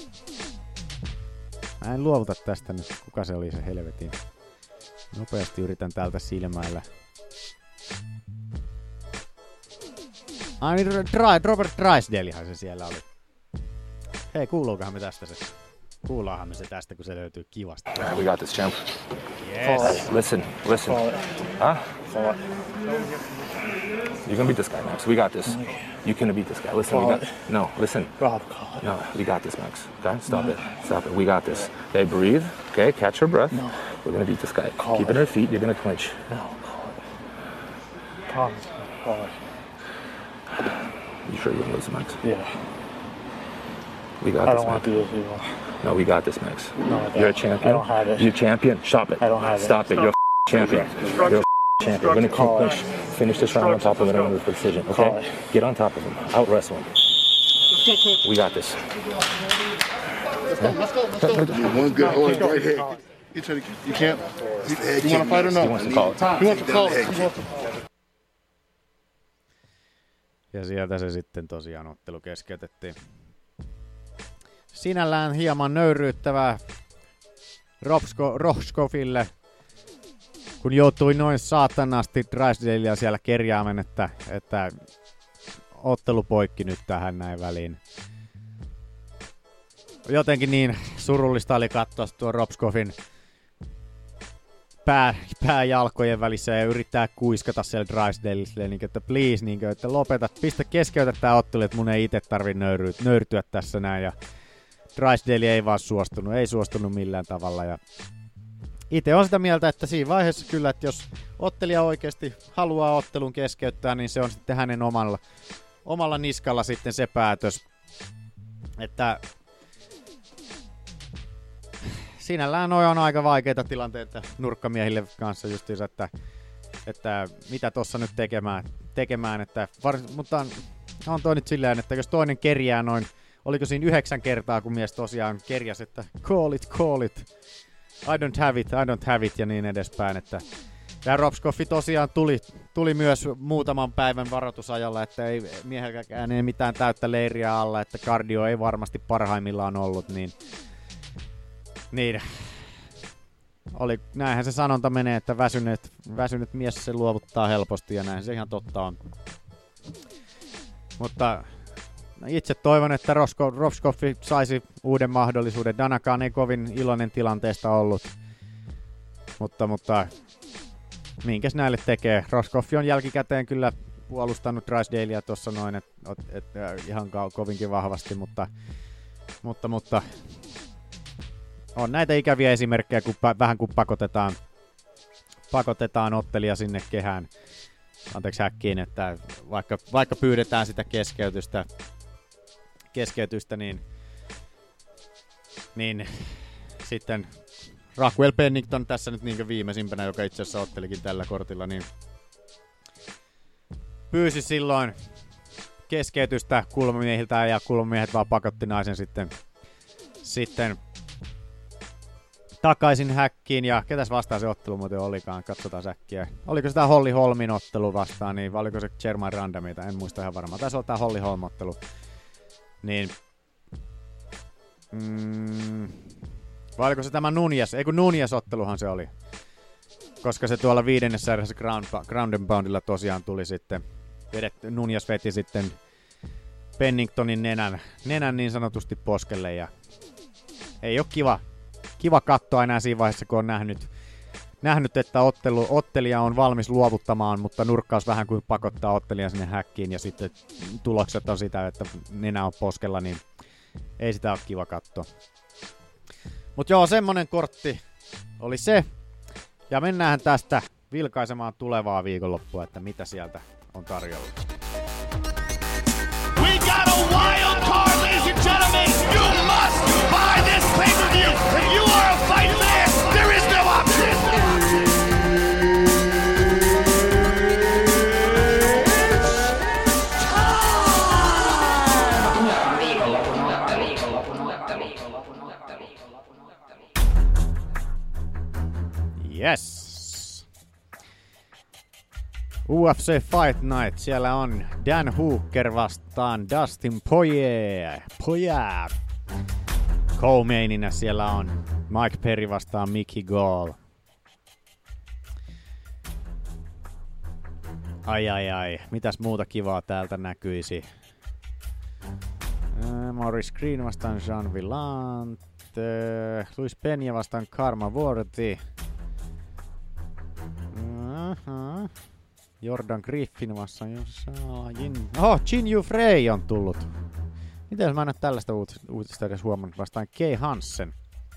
Mä en luovuta tästä nyt, kuka se oli se helvetin. Nopeasti yritän täältä silmäillä. Robert Drysdalehan se siellä oli. Hei, kuuluukohan me tästä se? Kuullaanhan me se tästä, kun se löytyy kivasti. We got this, champ. Yes. Listen. Huh? You're gonna beat this guy, Max. We got this. You can beat this guy. Listen, listen. No, we got this, Max. Okay, stop it. We got this. Okay, breathe. Okay, catch your breath. No. We're gonna beat this guy. Keep it on your feet. You're gonna clinch. No, call it. You sure you're gonna lose, Max? Yeah. We got I this, don't want to do this anymore. No, we got this, Max. No, I don't. You're a champion. I don't have it. You're champion. Stop it. I don't have it. Stop it. You're a champion. You're a champion. We're gonna clinch. Finish this round on top of it and the decision. Okay? Get on top of him. Out wrestle him. We got this. Let's go. One good right here. You can't. You want to fight or no? He wants to call it. He wants to call it. Ja sieltä se sitten tosiaan ottelu keskeytettiin. Sinällään hieman nöyryyttävää Robskoffille, kun joutui noin saatanasti Drysdalea siellä kerjaamaan, että ottelu poikki nyt tähän näin väliin. Jotenkin niin surullista oli katsoa tuo Robskoffin pää jalkojen välissä ja yrittää kuiskata siellä Drysdalelle, niin että please, niin kuin, että lopeta, keskeytä tää ottelu, että mun ei itse tarvitse nöyrtyä tässä näin. Ja Drysdale ei vaan suostunut millään tavalla. Ja itse on sitä mieltä, että siinä vaiheessa kyllä, että jos ottelija oikeasti haluaa ottelun keskeyttää, niin se on sitten hänen omalla niskalla sitten se päätös. Että sinällään on aika vaikeita tilanteita nurkkamiehille kanssa justiinsa, että mitä tossa nyt tekemään mutta on toi nyt silleen, että jos toinen kerjää noin, oliko siinä 9 kertaa, kun mies tosiaan kerjäsi, että call it, I don't have it ja niin edespäin, että tämä Robskoffi tosiaan tuli myös muutaman päivän varoitusajalla, että ei miehelläkään ei mitään täyttä leiriä alla, että kardio ei varmasti parhaimmillaan ollut, niin näinhän se sanonta menee, että väsynyt mies se luovuttaa helposti ja näin se ihan totta on. Mutta itse toivon, että Robskoffi saisi uuden mahdollisuuden. Danakaan ei kovin iloinen tilanteesta ollut. Mutta minkäs näille tekee? Robskoffi on jälkikäteen kyllä puolustanut Drysdalea tuossa noin, että ihan kovinkin vahvasti, mutta on näitä ikäviä esimerkkejä, kun vähän kun pakotetaan ottelija sinne häkkiin, että vaikka pyydetään sitä keskeytystä niin sitten Raquel Pennington tässä nyt niin viimeisimpänä, joka itse asiassa ottelikin tällä kortilla, niin pyysi silloin keskeytystä kulmamiehiltä ja kulmamiehet vaan pakotti naisen sitten takaisin häkkiin, ja ketäs vastaan se ottelu muuten olikaan, katsotaan säkkiä. Oliko se tää Holly Holmin ottelu vastaan, niin vai oliko se Germain Randamita, en muista ihan varmaan. Taisi olla tää Holly Holm ottelu. Niin, vai oliko se tämä Nunes otteluhan se oli. Koska se tuolla 5. erässä Ground and Poundilla tosiaan tuli sitten, Nunes veti sitten Penningtonin nenän niin sanotusti poskelle, ja ei oo kiva katsoa enää siinä vaiheessa, kun on nähnyt että ottelija on valmis luovuttamaan, mutta nurkkaus vähän kuin pakottaa ottelijan sinne häkkiin ja sitten tulokset on sitä, että nenä on poskella, niin ei sitä ole kiva katsoa. Mutta joo, semmonen kortti oli se. Ja mennään tästä vilkaisemaan tulevaa viikonloppua, että mitä sieltä on tarjolla. We got a wild card, ladies and gentlemen. You must buy this pay-per-view. If you are a fight fan, there is no option. Yes. UFC Fight Night. Siellä on Dan Hooker vastaan Dustin Poirier. Co-mainina siellä on Mike Perry vastaan Mickey Gall. Ai. Mitäs muuta kivaa täältä näkyisi? Maurice Green vastaan Jean Villant. Luis Peña vastaan Karma Worthy. Jordan Griffin vastaan Jin Yu Frey on tullut. Miten jos mä en ole tällaista uutista edes huomannut vastaan Kay Hansen.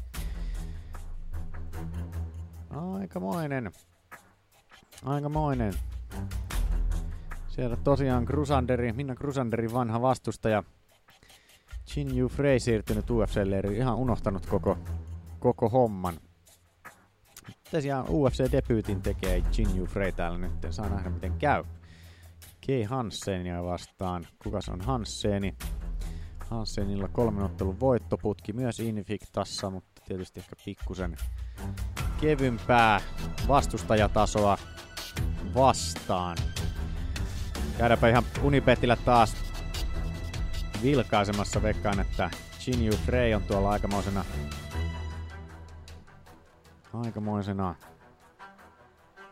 Aikamoinen. Siellä tosiaan Minna Crusanderin vanha vastustaja Jin Yu Frey siirtynyt UFC-leiriin, ihan unohtanut koko homman. Tosiaan UFC-debyytin tekee Jin Yu Frey täällä nyt. Saa nähdä miten käy. Kay Hansenia vastaan. Kukas on Hanseni? Hansenilla 3 ottelun voittoputki myös Invictassa, mutta tietysti ehkä pikkusen kevympää vastustajatasoa vastaan. Käydäänpä ihan Unibetillä taas vilkaisemassa, veikkaan, että Jin Yu Frey on tuolla aikamoisena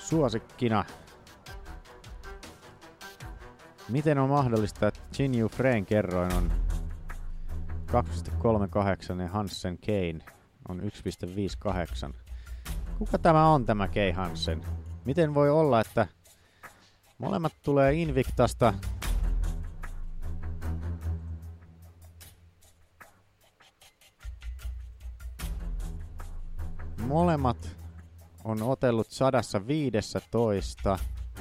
suosikkina. Miten on mahdollista, että Jin Yu Freyn kerroin on 2,38 ja Hansen Kane on 1,58? Kuka tämä on tämä Kay Hansen? Miten voi olla, että molemmat tulee Invictasta? Molemmat on otellut 115.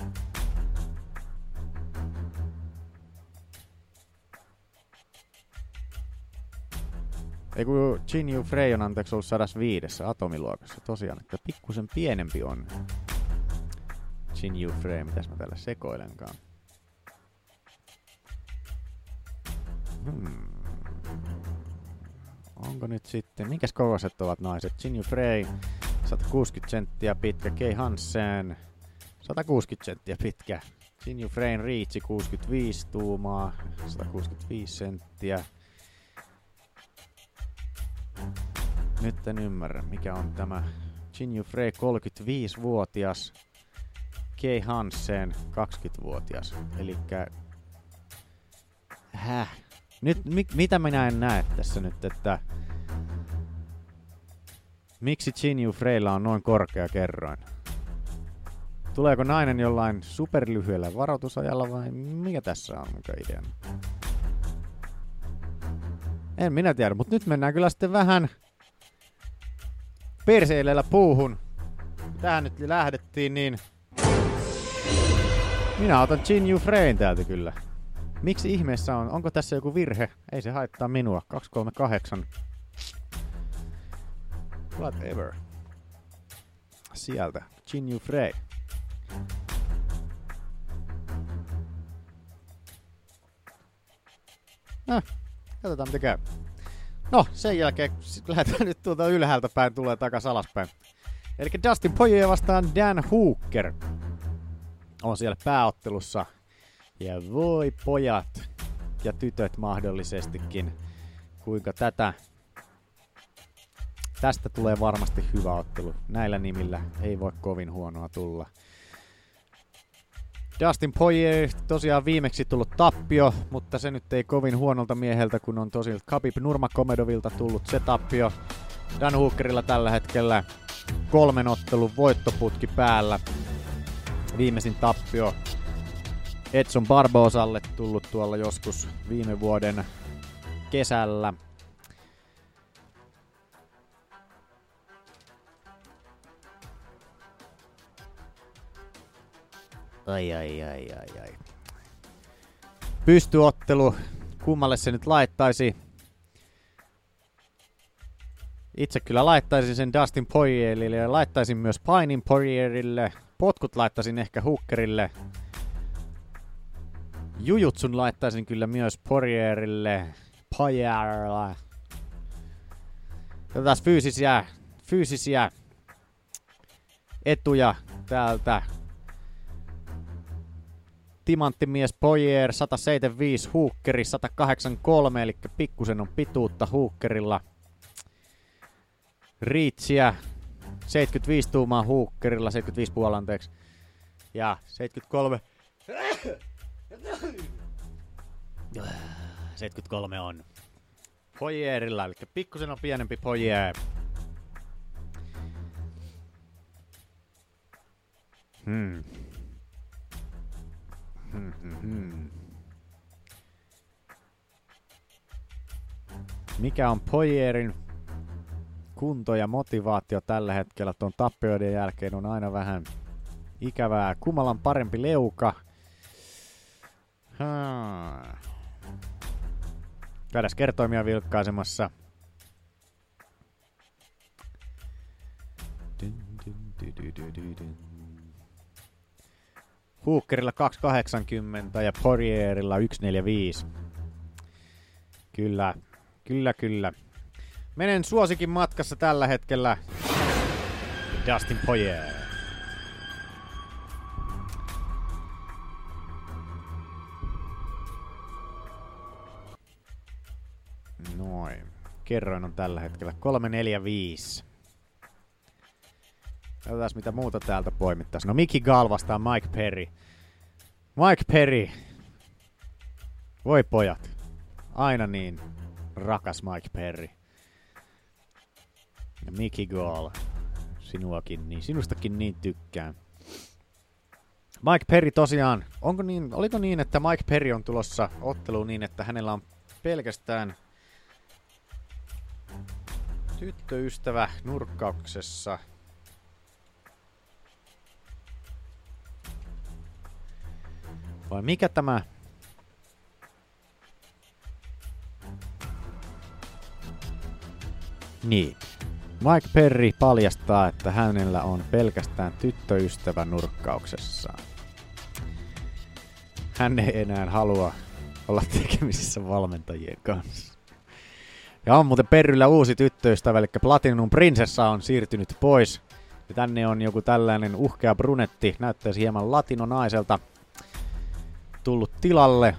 Ei kun Jin Yu Frey on anteeksi ollut 105 atomiluokassa. Tosiaan, että pikkusen pienempi on Jin Yu Frey. Mitäs mä täällä sekoilenkaan? Onko nyt sitten, minkäs kokoiset ovat naiset? Jin Yu Frey 160 senttiä pitkä, Kay Hansen 160 senttiä pitkä. Jin Yu Freyn reachi 65 tuumaa, 165 senttiä. Nyt en ymmärrä, mikä on tämä Jin Yu Frey 35-vuotias, Kay Hansen 20-vuotias. Elikkä nyt mitä minä en näe tässä nyt, että miksi Jin Yu Freyllä on noin korkea kerroin? Tuleeko nainen jollain superlyhyellä varoitusajalla vai mikä tässä on mikä idea? En minä tiedä, mutta nyt mennään kyllä sitten vähän perseileillä puuhun. Tähän nyt lähdettiin, niin minä otan Jin Yu Freyn täältä kyllä. Miksi ihmeessä on? Onko tässä joku virhe? Ei se haittaa minua. 238. Whatever. Sieltä. Jin Yu Frey. Katsotaan mitä käy. No, sen jälkeen lähdetään nyt tuolta ylhäältä päin, tulee takas alaspäin. Eli Dustin Poirier vastaan Dan Hooker on siellä pääottelussa. Ja voi pojat ja tytöt mahdollisestikin, kuinka tästä tulee varmasti hyvä ottelu. Näillä nimillä ei voi kovin huonoa tulla. Dustin Poirier tosiaan viimeksi tullut tappio, mutta se nyt ei kovin huonolta mieheltä, kun on tosiaan Khabib Nurmagomedovilla tullut se tappio. Dan Hookerilla tällä hetkellä 3 ottelun voittoputki päällä. Viimeisin tappio Edson Barbosalle tullut tuolla joskus viime vuoden kesällä. Ai. Pystyottelu. Kummalle se nyt laittaisi? Itse kyllä laittaisin sen Dustin Poirierille ja laittaisin myös painin Poirierille. Potkut laittaisin ehkä Hookerille. Jujutsun laittaisin kyllä myös Poirierille. Tätä fyysisiä etuja täältä. Timanttimies Poirier 175, Hookeri 183, eli pikkusen on pituutta Hookerilla. Reachia 75 tuumaa Hookerilla, 75,5 anteeksi. Ja 73. 73 on Poirierilla, eli pikkusen on pienempi Poirier. Mikä on Poirierin kunto ja motivaatio tällä hetkellä tuon tappioiden jälkeen on aina vähän ikävää. Kummalla on parempi leuka? Käydäs kertoimia vilkkaisemassa. Hookerilla 280 ja Poirierilla 145. Kyllä. Menen suosikin matkassa tällä hetkellä. Dustin Poirier. Noin. Kerroin on tällä hetkellä 345. Katsotaan mitä muuta täältä poimittaisi. No Mickey Gall vastaa Mike Perry. Mike Perry. Voi pojat. Aina niin rakas Mike Perry. Ja Mickey Gall. Sinustakin niin tykkään. Mike Perry tosiaan, oliko niin, että Mike Perry on tulossa otteluun niin, että hänellä on pelkästään tyttöystävä nurkkauksessa. Vai mikä tämä? Niin. Mike Perry paljastaa, että hänellä on pelkästään tyttöystävä nurkkauksessa. Hän ei enää halua olla tekemisissä valmentajien kanssa. Ja on muuten Perryllä uusi tyttöystävä, eli Platinum Princessa on siirtynyt pois. Ja tänne on joku tällainen uhkea brunetti, näyttäisi hieman latinonaiselta, tullut tilalle.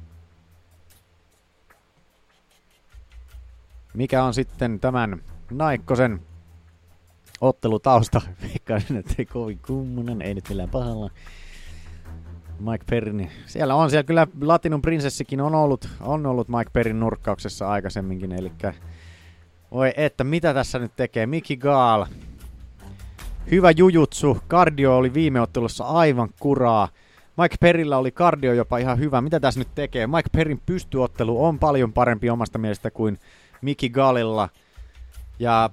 Mikä on sitten tämän Naikkosen ottelutausta? Veikkaisin, että ei kovin kummonen, ei nyt millään pahalla. Mike Perry, niin siellä kyllä Latinum Princessikin on ollut Mike Perryn nurkkauksessa aikaisemminkin, eli voi että mitä tässä nyt tekee. Mickey Gall, hyvä jujutsu, kardio oli viime ottelussa aivan kuraa. Mike Perryllä oli kardio jopa ihan hyvä. Mitä tässä nyt tekee? Mike Perryn pystyottelu on paljon parempi omasta mielestä kuin Mickey Gallilla. Ja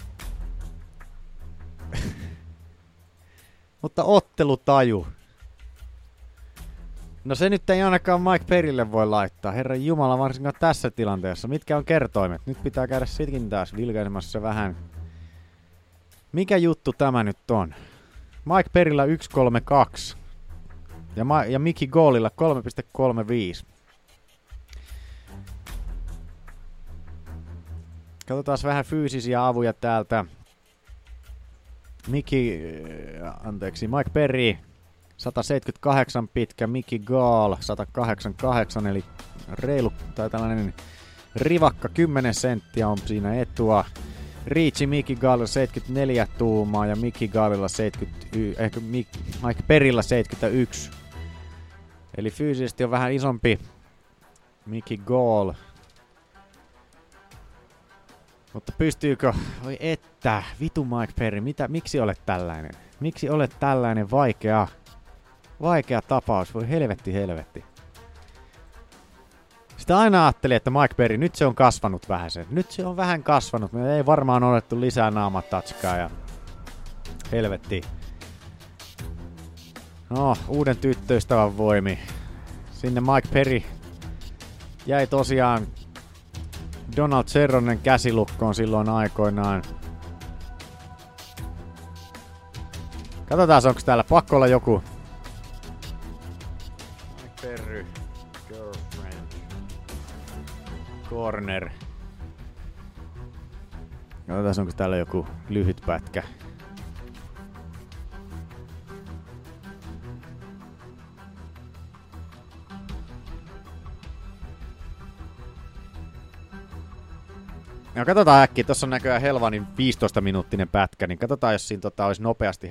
mutta ottelutaju. No se nyt ei ainakaan Mike Perrylle voi laittaa. Herran jumala, varsinkaan tässä tilanteessa. Mitkä on kertoimet? Nyt pitää käydä sitkin taas vilkaisemassa vähän. Mikä juttu tämä nyt on? Mike Perryllä 1.32. Ja Mickey Gallilla 3.35. Katsotaan vähän fyysisiä avuja täältä. Mike Perry 178 pitkä, Mickey Gall 188, eli reilu tai tällainen rivakka 10 senttiä on siinä etua. Reachi Mickey Gallilla 74 tuumaa ja Mickey Gallilla Mike Perryllä 71. Eli fyysisesti on vähän isompi Mickey Gall. Mutta pystyykö? Oi että, vitu Mike Perry, miksi olet tällainen? Miksi olet tällainen vaikea tapaus? Voi helvetti. Sitä aina ajattelin, että Mike Perry, nyt se on kasvanut vähän sen. Nyt se on vähän kasvanut. Me ei varmaan olettu lisää naamatatskaa ja helvetti. No, uuden tyttöystävän voimi. Sinne Mike Perry jäi tosiaan Donald Cerronen käsilukkoon silloin aikoinaan. Katsotaan, onko täällä pakko olla joku Mike Perry girlfriend corner. Katsotaan, onko täällä joku lyhyt pätkä. No katsotaan äkkiä, tuossa on näköjään helvanin 15-minuuttinen pätkä, niin katsotaan, jos siinä olisi nopeasti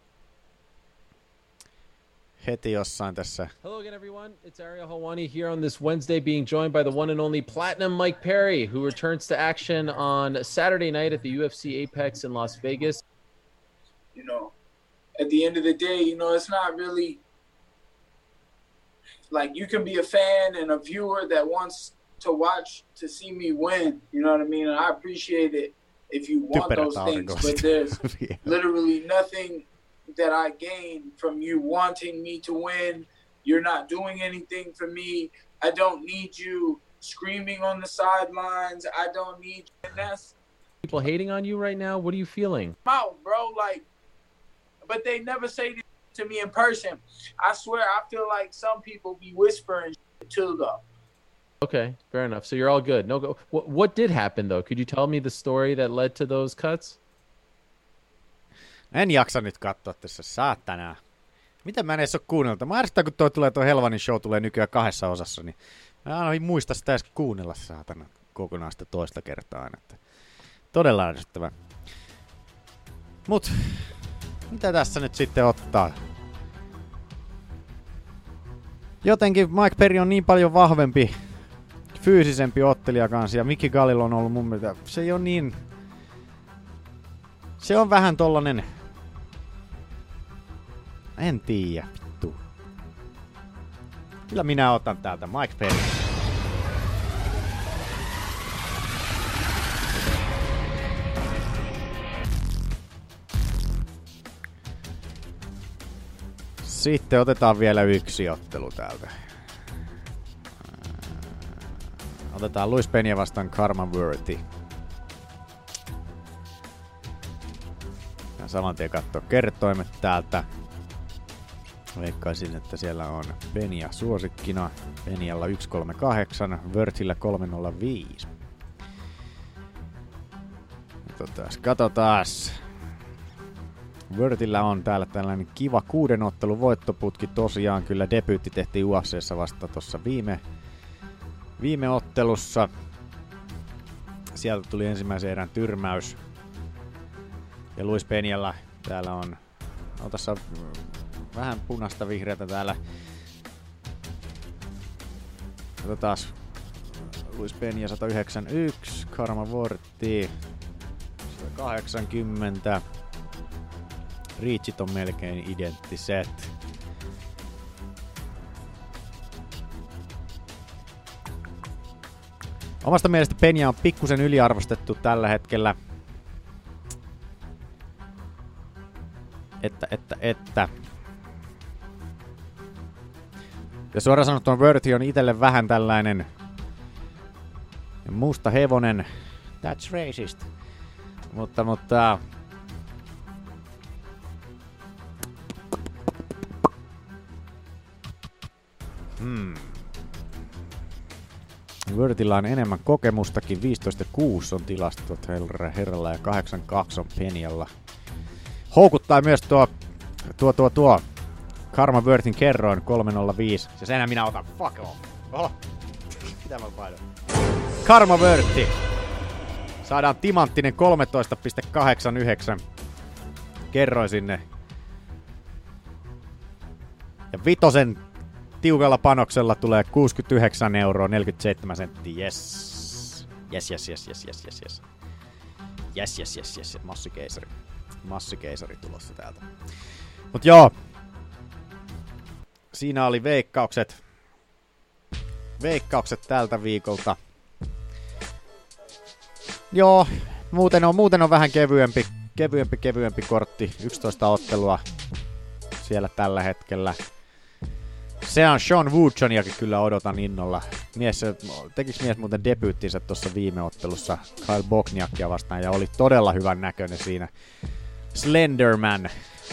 heti jossain tässä. Hello again everyone, it's Ariel Helwani here on this Wednesday being joined by the one and only Platinum Mike Perry, who returns to action on Saturday night at the UFC Apex in Las Vegas. You know, at the end of the day, you know, it's not really like you can be a fan and a viewer that wants to watch to see me win, you know what I mean? And I appreciate it if you want those things, but there's literally nothing that I gain from you wanting me to win. You're not doing anything for me. I don't need you screaming on the sidelines. I don't need you. And that's people hating on you right now. What are you feeling? Out, bro, like, but they never say this to me in person. I swear, I feel like some people be whispering too, though. Okay, fair enough. So you're all good. No, go. What did happen though? Could you tell me the story that led to those cuts? En jaksa nyt katsoa tässä saatana. Miten mä en edes ole kuunnellut? Mä ärsytän, kun tuo Helvanin show tulee nykyään 2 osassa, niin mä en muista sitä edes kuunnella saatana kokonaan sitä toista kertaa. Että todella ärsyttävää. Mut Mitä tässä nyt sitten ottaa? Jotenkin Mike Perry on niin paljon vahvempi, fyysisempi ottelija kanssa, ja Mickey Gallil on ollut mun mielestä, se ei ole niin... Se on vähän tollanen... En tiedä, vittu. Kyllä minä otan täältä Mike Perry. Sitten otetaan vielä yksi ottelu täältä. Otetaan Luis Peña vastaan Karma Worthy. Ja saman tien katsoo kertoimet täältä. Veikkaisin, että siellä on Peña suosikkina. Peñalla 138, Worthyllä 305. Katsotaas. Worthyllä on täällä tällainen kiva 6 ottelun voittoputki. Tosiaan kyllä debyytti tehtiin UFC:ssä vasta tuossa viime ottelussa. Sieltä tuli ensimmäisen erän tyrmäys. Ja Luis Peñalla täällä on tässä vähän punaista vihreätä täällä. Katsotaan. Luis Peña 191, Karma Worthy 180. Reachit on melkein identtiset. Omasta mielestä Peña on pikkusen yliarvostettu tällä hetkellä. Että. Ja suoraan sanottuna Worthy on itselle vähän tällainen musta hevonen. That's racist. Mutta Worthyllä on enemmän kokemustakin, 15.6 on tilastot herralla ja 8.2 on Peñalla. Houkuttaa myös tuo Karma Worthyn kerroin 305. Ja senhän minä otan. Fuck off. Oho. Mitä mä painan? Karma Worthy. Saadaan timanttinen 13.89. Kerroin sinne. Ja vitosen tiukalla panoksella tulee 69,47 €. Yes. Yes. Massikeisari tulossa täältä. Mut joo. Siinä oli veikkaukset tältä viikolta. Joo, muuten on vähän kevyempi kortti. 11 ottelua siellä tällä hetkellä. Sean Woodsoniakin kyllä odotan innolla. Tekiks mies muuten debyyttinsä tuossa viime ottelussa Kyle Bochniakia vastaan ja oli todella hyvän näköinen siinä. Slenderman,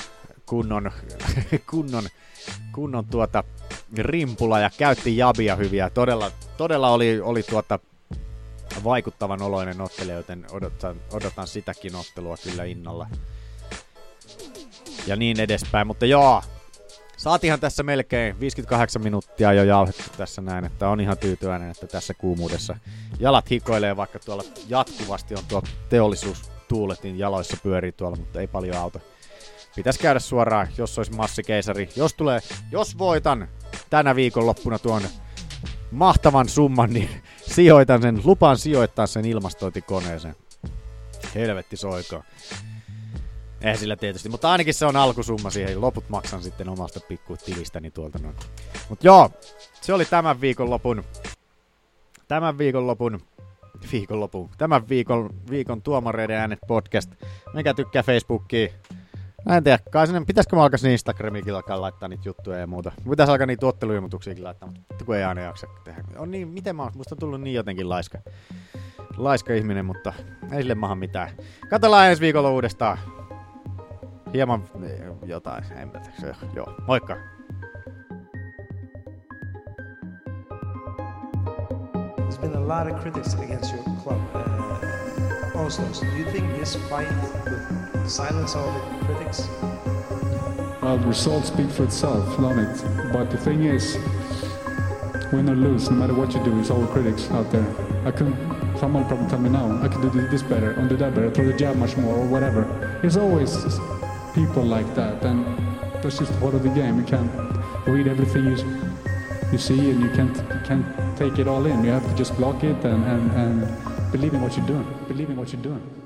kunnon rimpula ja käytti jabia hyviä. Todella oli vaikuttavan oloinen ottelija, joten odotan sitäkin ottelua kyllä innolla. Ja niin edespäin, mutta joo. Saatiinhan tässä melkein 58 minuuttia jo jauhettu tässä näin, että on ihan tyytyväinen, että tässä kuumuudessa jalat hikoilee, vaikka tuolla jatkuvasti on tuo teollisuustuuletin jaloissa pyörii tuolla, mutta ei paljon auta. Pitäisi käydä suoraan, jos olisi massikeisari. Jos voitan tänä viikonloppuna tuon mahtavan summan, niin lupaan sijoittaa sen ilmastointikoneeseen. Helvetti soikoon. Eihän sillä tietysti, mutta ainakin se on alkusumma siihen. Loput maksan sitten omasta pikkutilistäni tuolta noin. Mut joo, se oli tämän viikon Tuomareiden äänet podcast. Mikä tykkää Facebookiin. Mä en tiedä, pitäisikö mä alkaisin Instagramikin alkaa laittaa niitä juttuja ja muuta. Pitäis alkaa niitä otteluilmoituksiakin laittaa, mutta kun ei aina jaksa tehdä. On niin, musta on tullut niin jotenkin laiska ihminen, mutta ei sille maha mitään. Katsellaan ensi viikolla uudestaan. Hieman jotain, en tiedä. Joo, moikka! There's been a lot of critics against your club. Also, so do you think this fight would silence all the critics? Well, the results speak for itself, don't it? But the thing is, win or lose, no matter what you do, it's all critics out there. Someone probably tell me now, I can do this better, undo that better, throw the jab much more, or whatever. It's always people like that, and that's just part of the game. You can't read everything you see, and you can't take it all in. You have to just block it and believe in what you're doing.